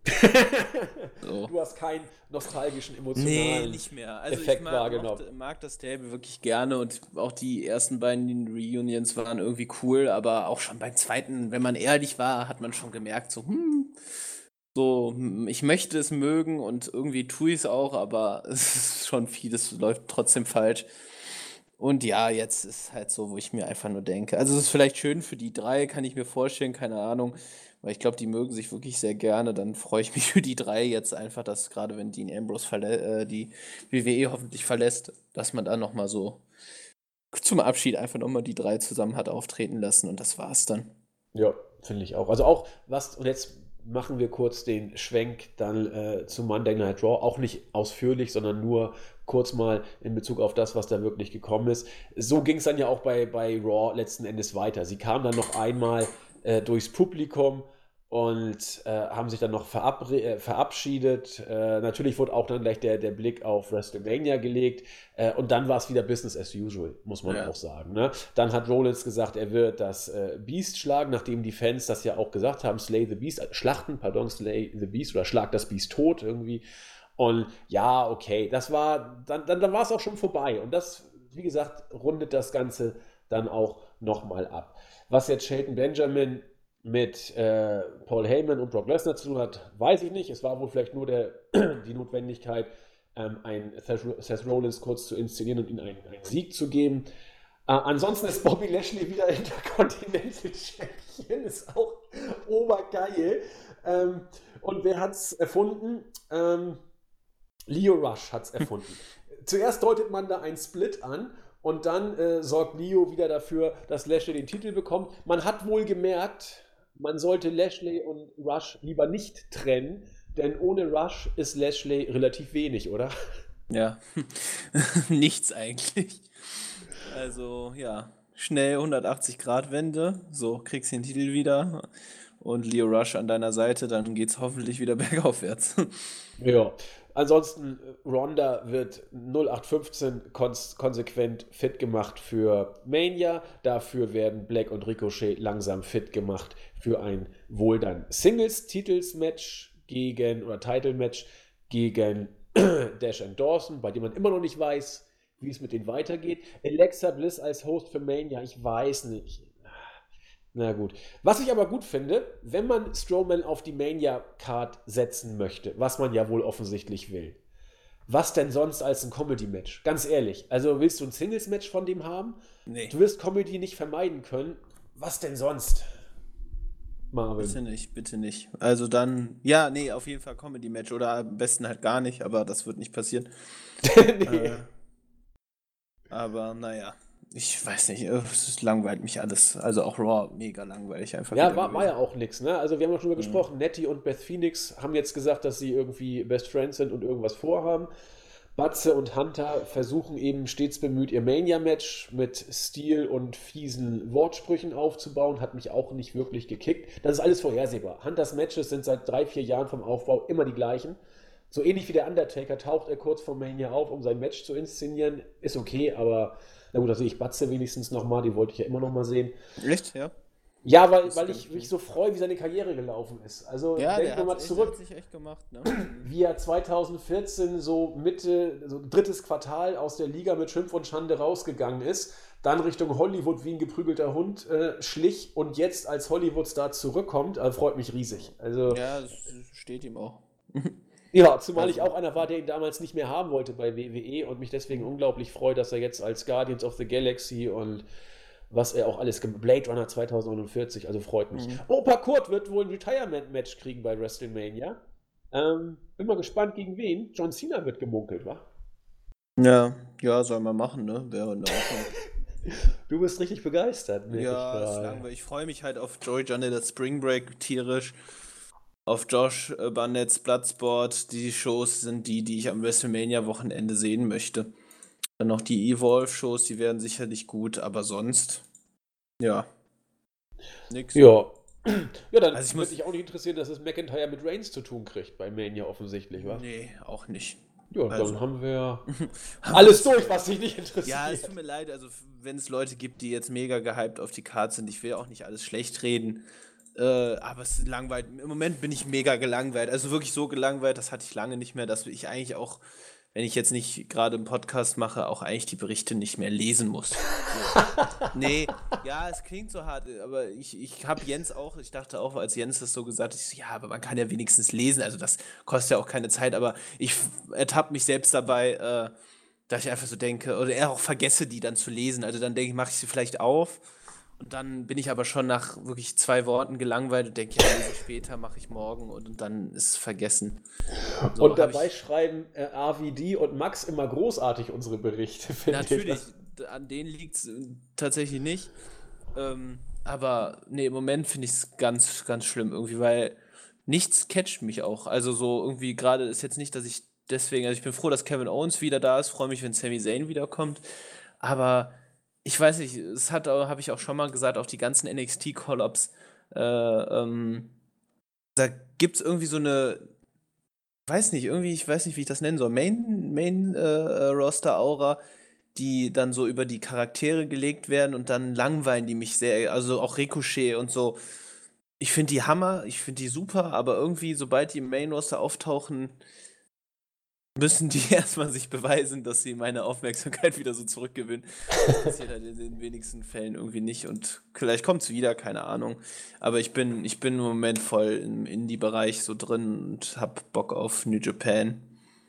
So. Du hast keinen nostalgischen, Nee, emotionalen nicht mehr. Also Effekt ich mag, wahrgenommen. mochte, mag das Stable wirklich gerne und auch die ersten beiden Reunions waren irgendwie cool, aber auch schon beim zweiten, wenn man ehrlich war, hat man schon gemerkt, so, hm, so, hm, ich möchte es mögen und irgendwie tue ich es auch, aber es ist schon vieles läuft trotzdem falsch. Und ja, jetzt ist halt so, wo ich mir einfach nur denke. Also es ist vielleicht schön für die drei, kann ich mir vorstellen, keine Ahnung. Weil ich glaube, die mögen sich wirklich sehr gerne. Dann freue ich mich für die drei jetzt einfach, dass gerade wenn Dean Ambrose verlä- äh, die W W E hoffentlich verlässt, dass man dann nochmal so zum Abschied einfach nochmal die drei zusammen hat auftreten lassen und das war's dann. Ja, finde ich auch. Also auch was, und jetzt machen wir kurz den Schwenk dann äh, zu Monday Night Raw, auch nicht ausführlich, sondern nur kurz mal in Bezug auf das, was da wirklich gekommen ist. So ging es dann ja auch bei, bei Raw letzten Endes weiter. Sie kamen dann noch einmal äh, durchs Publikum und äh, haben sich dann noch verabre- äh, verabschiedet. Äh, natürlich wurde auch dann gleich der, der Blick auf WrestleMania gelegt äh, und dann war es wieder Business as usual, muss man Ja. auch sagen. Ne? Dann hat Rollins gesagt, er wird das äh, Beast schlagen, nachdem die Fans das ja auch gesagt haben, Slay the Beast, äh, schlachten, pardon, Slay the Beast oder schlag das Beast tot irgendwie. Und ja, okay, das war, dann, dann, dann war es auch schon vorbei. Und das, wie gesagt, rundet das Ganze dann auch nochmal ab. Was jetzt Shelton Benjamin mit äh, Paul Heyman und Brock Lesnar zu tun hat, weiß ich nicht. Es war wohl vielleicht nur der, die Notwendigkeit, ähm, einen Seth, Seth Rollins kurz zu inszenieren und ihm einen, einen Sieg zu geben. Äh, ansonsten ist Bobby Lashley wieder Intercontinental Champion, ist auch obergeil. Ähm, und wer hat es erfunden? Ähm, Lio Rush hat es erfunden. Zuerst deutet man da einen Split an und dann äh, sorgt Lio wieder dafür, dass Lashley den Titel bekommt. Man hat wohl gemerkt, man sollte Lashley und Rush lieber nicht trennen, denn ohne Rush ist Lashley relativ wenig, oder? Ja, nichts eigentlich. Also ja, schnell hundertachtzig Grad Wende, so kriegst du den Titel wieder und Lio Rush an deiner Seite, dann geht's hoffentlich wieder bergaufwärts. Ja, ansonsten Ronda wird null acht fünfzehn kons- konsequent fit gemacht für Mania. Dafür werden Black und Ricochet langsam fit gemacht für ein wohl dann Singles-Titles-Match gegen, oder Title-Match gegen Dash and Dawson, bei dem man immer noch nicht weiß, wie es mit denen weitergeht. Alexa Bliss als Host für Mania, ich weiß nicht. Na gut. Was ich aber gut finde, wenn man Strowman auf die Mania-Card setzen möchte, was man ja wohl offensichtlich will, was denn sonst als ein Comedy-Match? Ganz ehrlich, also willst du ein Singles-Match von dem haben? Nee. Du wirst Comedy nicht vermeiden können. Was denn sonst? Marvin. Bitte nicht, bitte nicht. Also dann, ja, nee, auf jeden Fall Comedy-Match oder am besten halt gar nicht, aber das wird nicht passieren. Nee. Äh, aber naja, ich weiß nicht, äh, es langweilt mich alles. Also auch Raw, mega langweilig einfach Ja, wieder war, war ja gewesen. auch nix, ne? Also wir haben ja schon drüber Mhm. gesprochen, Nettie und Beth Phoenix haben jetzt gesagt, dass sie irgendwie Best Friends sind und irgendwas vorhaben. Batze und Hunter versuchen eben stets bemüht, ihr Mania-Match mit Stil und fiesen Wortsprüchen aufzubauen. Hat mich auch nicht wirklich gekickt. Das ist alles vorhersehbar. Hunters Matches sind seit drei, vier Jahren vom Aufbau immer die gleichen. So ähnlich wie der Undertaker taucht er kurz vor Mania auf, um sein Match zu inszenieren. Ist okay, aber na gut, da sehe ich Batze wenigstens nochmal. Die wollte ich ja immer nochmal sehen. Echt? Ja? Ja, weil, Das weil kann ich ich mich nicht. so freue, wie seine Karriere gelaufen ist. Also Ja, denken der wir hat mal echt, der zurück, hat sich echt gemacht, ne? wie er zwanzig vierzehn so Mitte, so drittes Quartal aus der Liga mit Schimpf und Schande rausgegangen ist, dann Richtung Hollywood wie ein geprügelter Hund äh, schlich und jetzt als Hollywood-Star zurückkommt, äh, freut mich riesig. Also Ja, das steht ihm auch. ja, zumal ich Also, auch einer war, der ihn damals nicht mehr haben wollte bei W W E und mich deswegen unglaublich freue, dass er jetzt als Guardians of the Galaxy und was er auch alles gemacht Blade Runner zwanzig neunundvierzig, also freut mich. mhm. Opa Kurt wird wohl ein Retirement-Match kriegen bei WrestleMania. Ähm, bin mal gespannt, gegen wen. John Cena wird gemunkelt, wa? Ja, ja, soll man machen, ne? Wäre in Ordnung. Du bist richtig begeistert, merke ich Ja, ist gerade. langweilig. Ich freue mich halt auf Joey Janela Spring Break tierisch. Auf Josh äh, Barnett's Bloodsport. Die Shows sind die, die ich am WrestleMania-Wochenende sehen möchte. Dann noch die Evolve-Shows, die werden sicherlich gut, aber sonst, ja, nix. Ja. Ja, dann Also ich wird muss. dich auch nicht interessieren, dass es McIntyre mit Reigns zu tun kriegt bei Mania offensichtlich, wa? Nee, auch nicht. Ja, dann Also. haben wir Aber alles das, durch, was dich nicht ja, es tut interessiert. mir leid, also f- wenn es Leute gibt, die jetzt mega gehypt auf die Cards sind, ich will auch nicht alles schlecht reden, äh, aber es ist langweilig. Im Moment bin ich mega gelangweilt, also wirklich so gelangweilt, das hatte ich lange nicht mehr, dass ich eigentlich auch, wenn ich jetzt nicht gerade einen Podcast mache, auch eigentlich die Berichte nicht mehr lesen muss. So. Nee, ja, es klingt so hart, aber ich, ich habe Jens auch, ich dachte auch, als Jens das so gesagt hat, ich so, ja, aber man kann ja wenigstens lesen, also das kostet ja auch keine Zeit, aber ich ertappe mich selbst dabei, äh, dass ich einfach so denke, oder eher auch vergesse, die dann zu lesen. Also dann denke ich, mache ich sie vielleicht auf und dann bin ich aber schon nach wirklich zwei Worten gelangweilt und denke, ja, lese ich später, mache ich morgen und, und dann ist es vergessen. So Und habe dabei ich, schreiben äh, R V D und Max immer großartig unsere Berichte, finde ich. natürlich, d- an denen liegt es tatsächlich nicht. Ähm, aber nee, im Moment finde ich es ganz, ganz schlimm irgendwie, weil nichts catcht mich auch. Also so irgendwie gerade ist jetzt nicht, dass ich deswegen, also ich bin froh, dass Kevin Owens wieder da ist, freue mich, wenn Sami Zayn wiederkommt, aber ich weiß nicht, es hat, habe ich auch schon mal gesagt, auch die ganzen N X T-Call-Ups, äh, ähm, da gibt es irgendwie so eine, weiß nicht, irgendwie, ich weiß nicht, wie ich das nennen soll, Main, Main äh, äh, Roster-Aura, die dann so über die Charaktere gelegt werden und dann langweilen die mich sehr, also auch Ricochet und so. Ich finde die Hammer, ich finde die super, aber irgendwie, sobald die im Main Roster auftauchen, müssen die erstmal sich beweisen, dass sie meine Aufmerksamkeit wieder so zurückgewinnen. Das passiert halt in den wenigsten Fällen irgendwie nicht und vielleicht kommt es wieder, keine Ahnung. Aber ich bin, ich bin im Moment voll im Indie-Bereich so drin und hab Bock auf New Japan.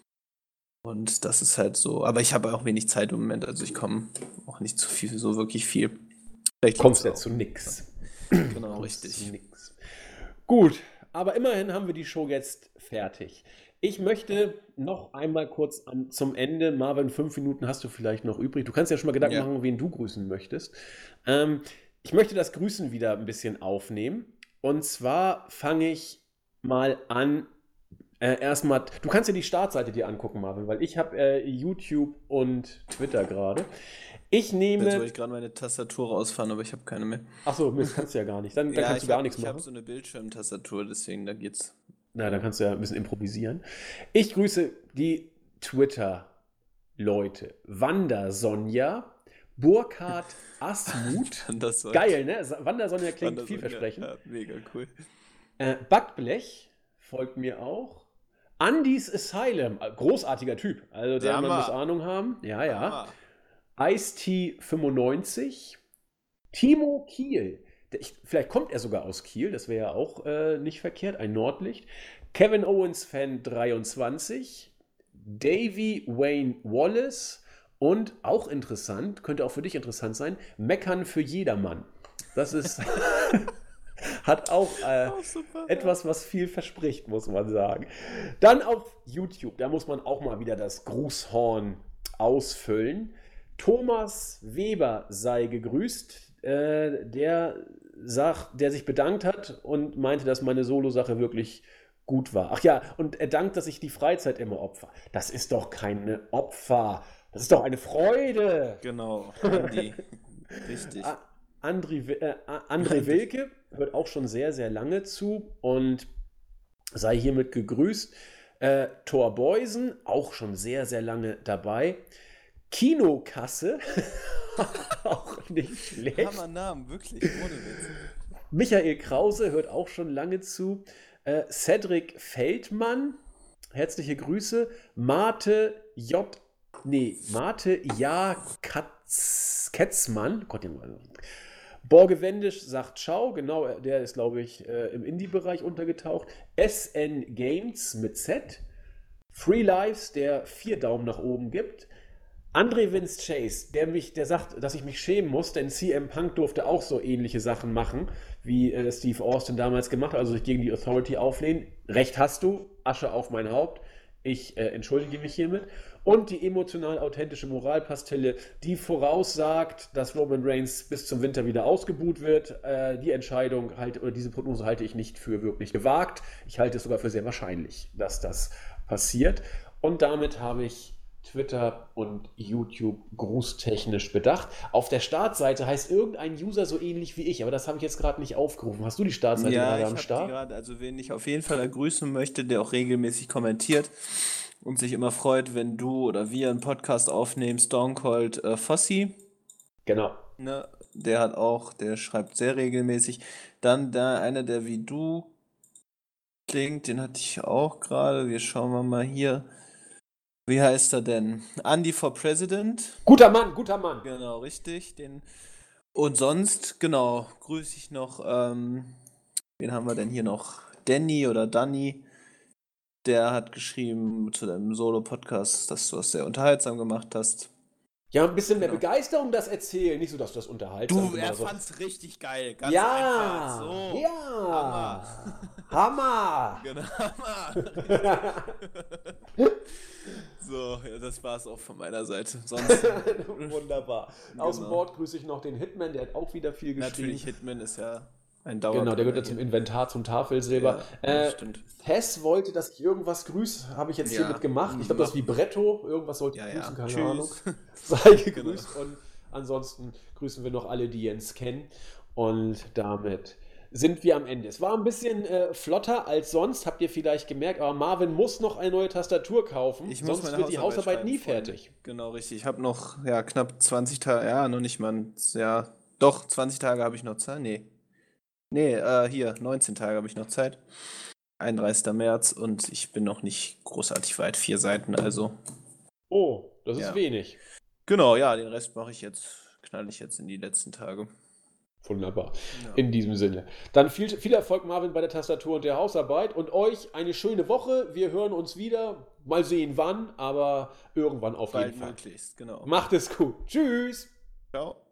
Und das ist halt so. Aber ich habe auch wenig Zeit im Moment, also ich komme auch nicht zu viel, so wirklich viel. Vielleicht liegt's Kommst ja auch. zu nix. Genau, Kommst richtig. zu nix. Gut, aber immerhin haben wir die Show jetzt fertig. Ich möchte noch einmal kurz an, zum Ende, Marvin, fünf Minuten hast du vielleicht noch übrig. Du kannst ja schon mal Gedanken Ja. machen, wen du grüßen möchtest. Ähm, ich möchte das Grüßen wieder ein bisschen aufnehmen. Und zwar fange ich mal an. Äh, erstmal, du kannst dir die Startseite dir angucken, Marvin, weil ich habe äh, YouTube und Twitter gerade. Ich Jetzt wollte nehme. ich gerade meine Tastatur rausfahren, aber ich habe keine mehr. Achso, Mist, kannst du ja gar nicht. Dann, dann Ja, kannst du ich gar habe nichts ich hab machen. so eine Bildschirmtastatur, deswegen da geht's. Na, dann kannst du ja ein bisschen improvisieren. Ich grüße die Twitter-Leute. Wanda Sonja, Burkhard Asmuth. Das war Geil, ne? Wanda Sonja klingt Wanda Sonja, vielversprechend. ja, mega cool. Äh, Backblech folgt mir auch. Andy's Asylum, äh, großartiger Typ. Also der Mann muss Hammer. Ahnung haben. Ja, ja. Hammer. Ice-T fünfundneunzig. Timo Kiel. Der- Ich, vielleicht kommt er sogar aus Kiel, das wäre ja auch äh, nicht verkehrt, ein Nordlicht. Kevin Owens Fan dreiundzwanzig. Davy Wayne Wallace. Und auch interessant, könnte auch für dich interessant sein, Meckern für jedermann. Das ist, Hat auch äh, Oh, super. etwas, was viel verspricht, muss man sagen. Dann auf YouTube, da muss man auch mal wieder das Grußhorn ausfüllen. Thomas Weber sei gegrüßt, äh, der, sagt, der sich bedankt hat und meinte, dass meine Solo-Sache wirklich gut war. Ach ja, und er dankt, dass ich die Freizeit immer opfer. Das ist doch keine Opfer, das ist doch eine Freude. Genau, Andi. Richtig. A- André, Wi- äh, A- André Wilke hört auch schon sehr, sehr lange zu und sei hiermit gegrüßt. Äh, Thor Beusen, auch schon sehr, sehr lange dabei. Kinokasse, auch nicht schlecht. Hammer Namen, wirklich, ohne Witz. Michael Krause hört auch schon lange zu. Äh, Cedric Feldmann, herzliche Grüße. Mate J. Nee, Mate Ja Katz, Ketzmann. Gott, den Mann. Borge Wendisch sagt Ciao, genau, der ist, glaube ich, äh, im Indie-Bereich untergetaucht. S N Games mit Z. Free Lives, der vier Daumen nach oben gibt. André Vince Chase, der mich, der sagt, dass ich mich schämen muss, denn C M Punk durfte auch so ähnliche Sachen machen, wie äh, Steve Austin damals gemacht hat, also sich gegen die Authority auflehnen. Recht hast du, Asche auf mein Haupt. Ich äh, entschuldige mich hiermit. Und die emotional authentische Moralpastille, die voraussagt, dass Roman Reigns bis zum Winter wieder ausgebuht wird. Äh, die Entscheidung halt, oder diese Prognose halte ich nicht für wirklich gewagt. Ich halte es sogar für sehr wahrscheinlich, dass das passiert. Und damit habe ich Twitter und YouTube grußtechnisch bedacht. Auf der Startseite heißt irgendein User so ähnlich wie ich, aber das habe ich jetzt gerade nicht aufgerufen. Hast du die Startseite Ja, gerade ich am habe die Start? gerade, also wen ich auf jeden Fall grüßen möchte, der auch regelmäßig kommentiert und sich immer freut, wenn du oder wir einen Podcast aufnehmen, Stone Cold äh, Fossi, Genau. ne, der hat auch, der schreibt sehr regelmäßig. Dann da einer, der wie du klingt, den hatte ich auch gerade. Wir schauen wir mal hier. Wie heißt er denn? Andy for President. Guter Mann, guter Mann. Genau, richtig. Den. Und sonst, genau, grüße ich noch, ähm, wen haben wir denn hier noch? Danny oder Danny. Der hat geschrieben zu deinem Solo-Podcast, dass du das sehr unterhaltsam gemacht hast. Ja, ein bisschen mehr Genau. Begeisterung das erzählen, nicht so, dass du das unterhaltsam Du, er immer so. fand's richtig geil. Ganz Ja, einfach. So. ja, Hammer. Genau, Hammer. So, ja, das war's auch von meiner Seite. Sonst Wunderbar. Aus dem Genau. Board grüße ich noch den Hitman, der hat auch wieder viel geschrieben. natürlich Hitman ist ja ein Genau, der Dauerbrenner gehört ja zum hier. Inventar, zum Tafelsilber. Ja, äh, das stimmt. Hess wollte, dass ich irgendwas grüße, habe ich jetzt Ja, hiermit gemacht. Ich glaube, das ist Libretto, irgendwas sollte ich Ja, grüßen, ja. keine Tschüss. Ahnung. Sei gegrüßt Genau. und ansonsten grüßen wir noch alle, die Jens kennen. Und damit sind wir am Ende. Es war ein bisschen äh, flotter als sonst, habt ihr vielleicht gemerkt, aber Marvin muss noch eine neue Tastatur kaufen, Ich muss sonst meine wird die Hausarbeit schreiben, nie Freunde. fertig. Genau, richtig. Ich habe noch ja, knapp zwanzig Tage, ja, noch nicht mal, ein- ja, doch, zwanzig Tage habe ich noch Zeit. Nee. Nee, äh, hier, neunzehn Tage habe ich noch Zeit. einunddreißigster März und ich bin noch nicht großartig weit, vier Seiten, also. Oh, das ist Ja. wenig. Genau, ja, den Rest mache ich jetzt, knall ich jetzt in die letzten Tage. Wunderbar. Ja. In diesem Sinne. Dann viel, viel Erfolg, Marvin, bei der Tastatur und der Hausarbeit und euch eine schöne Woche. Wir hören uns wieder. Mal sehen wann, aber irgendwann auf Bald jeden Fall. möglichst, genau. Macht es gut. Tschüss. Ciao.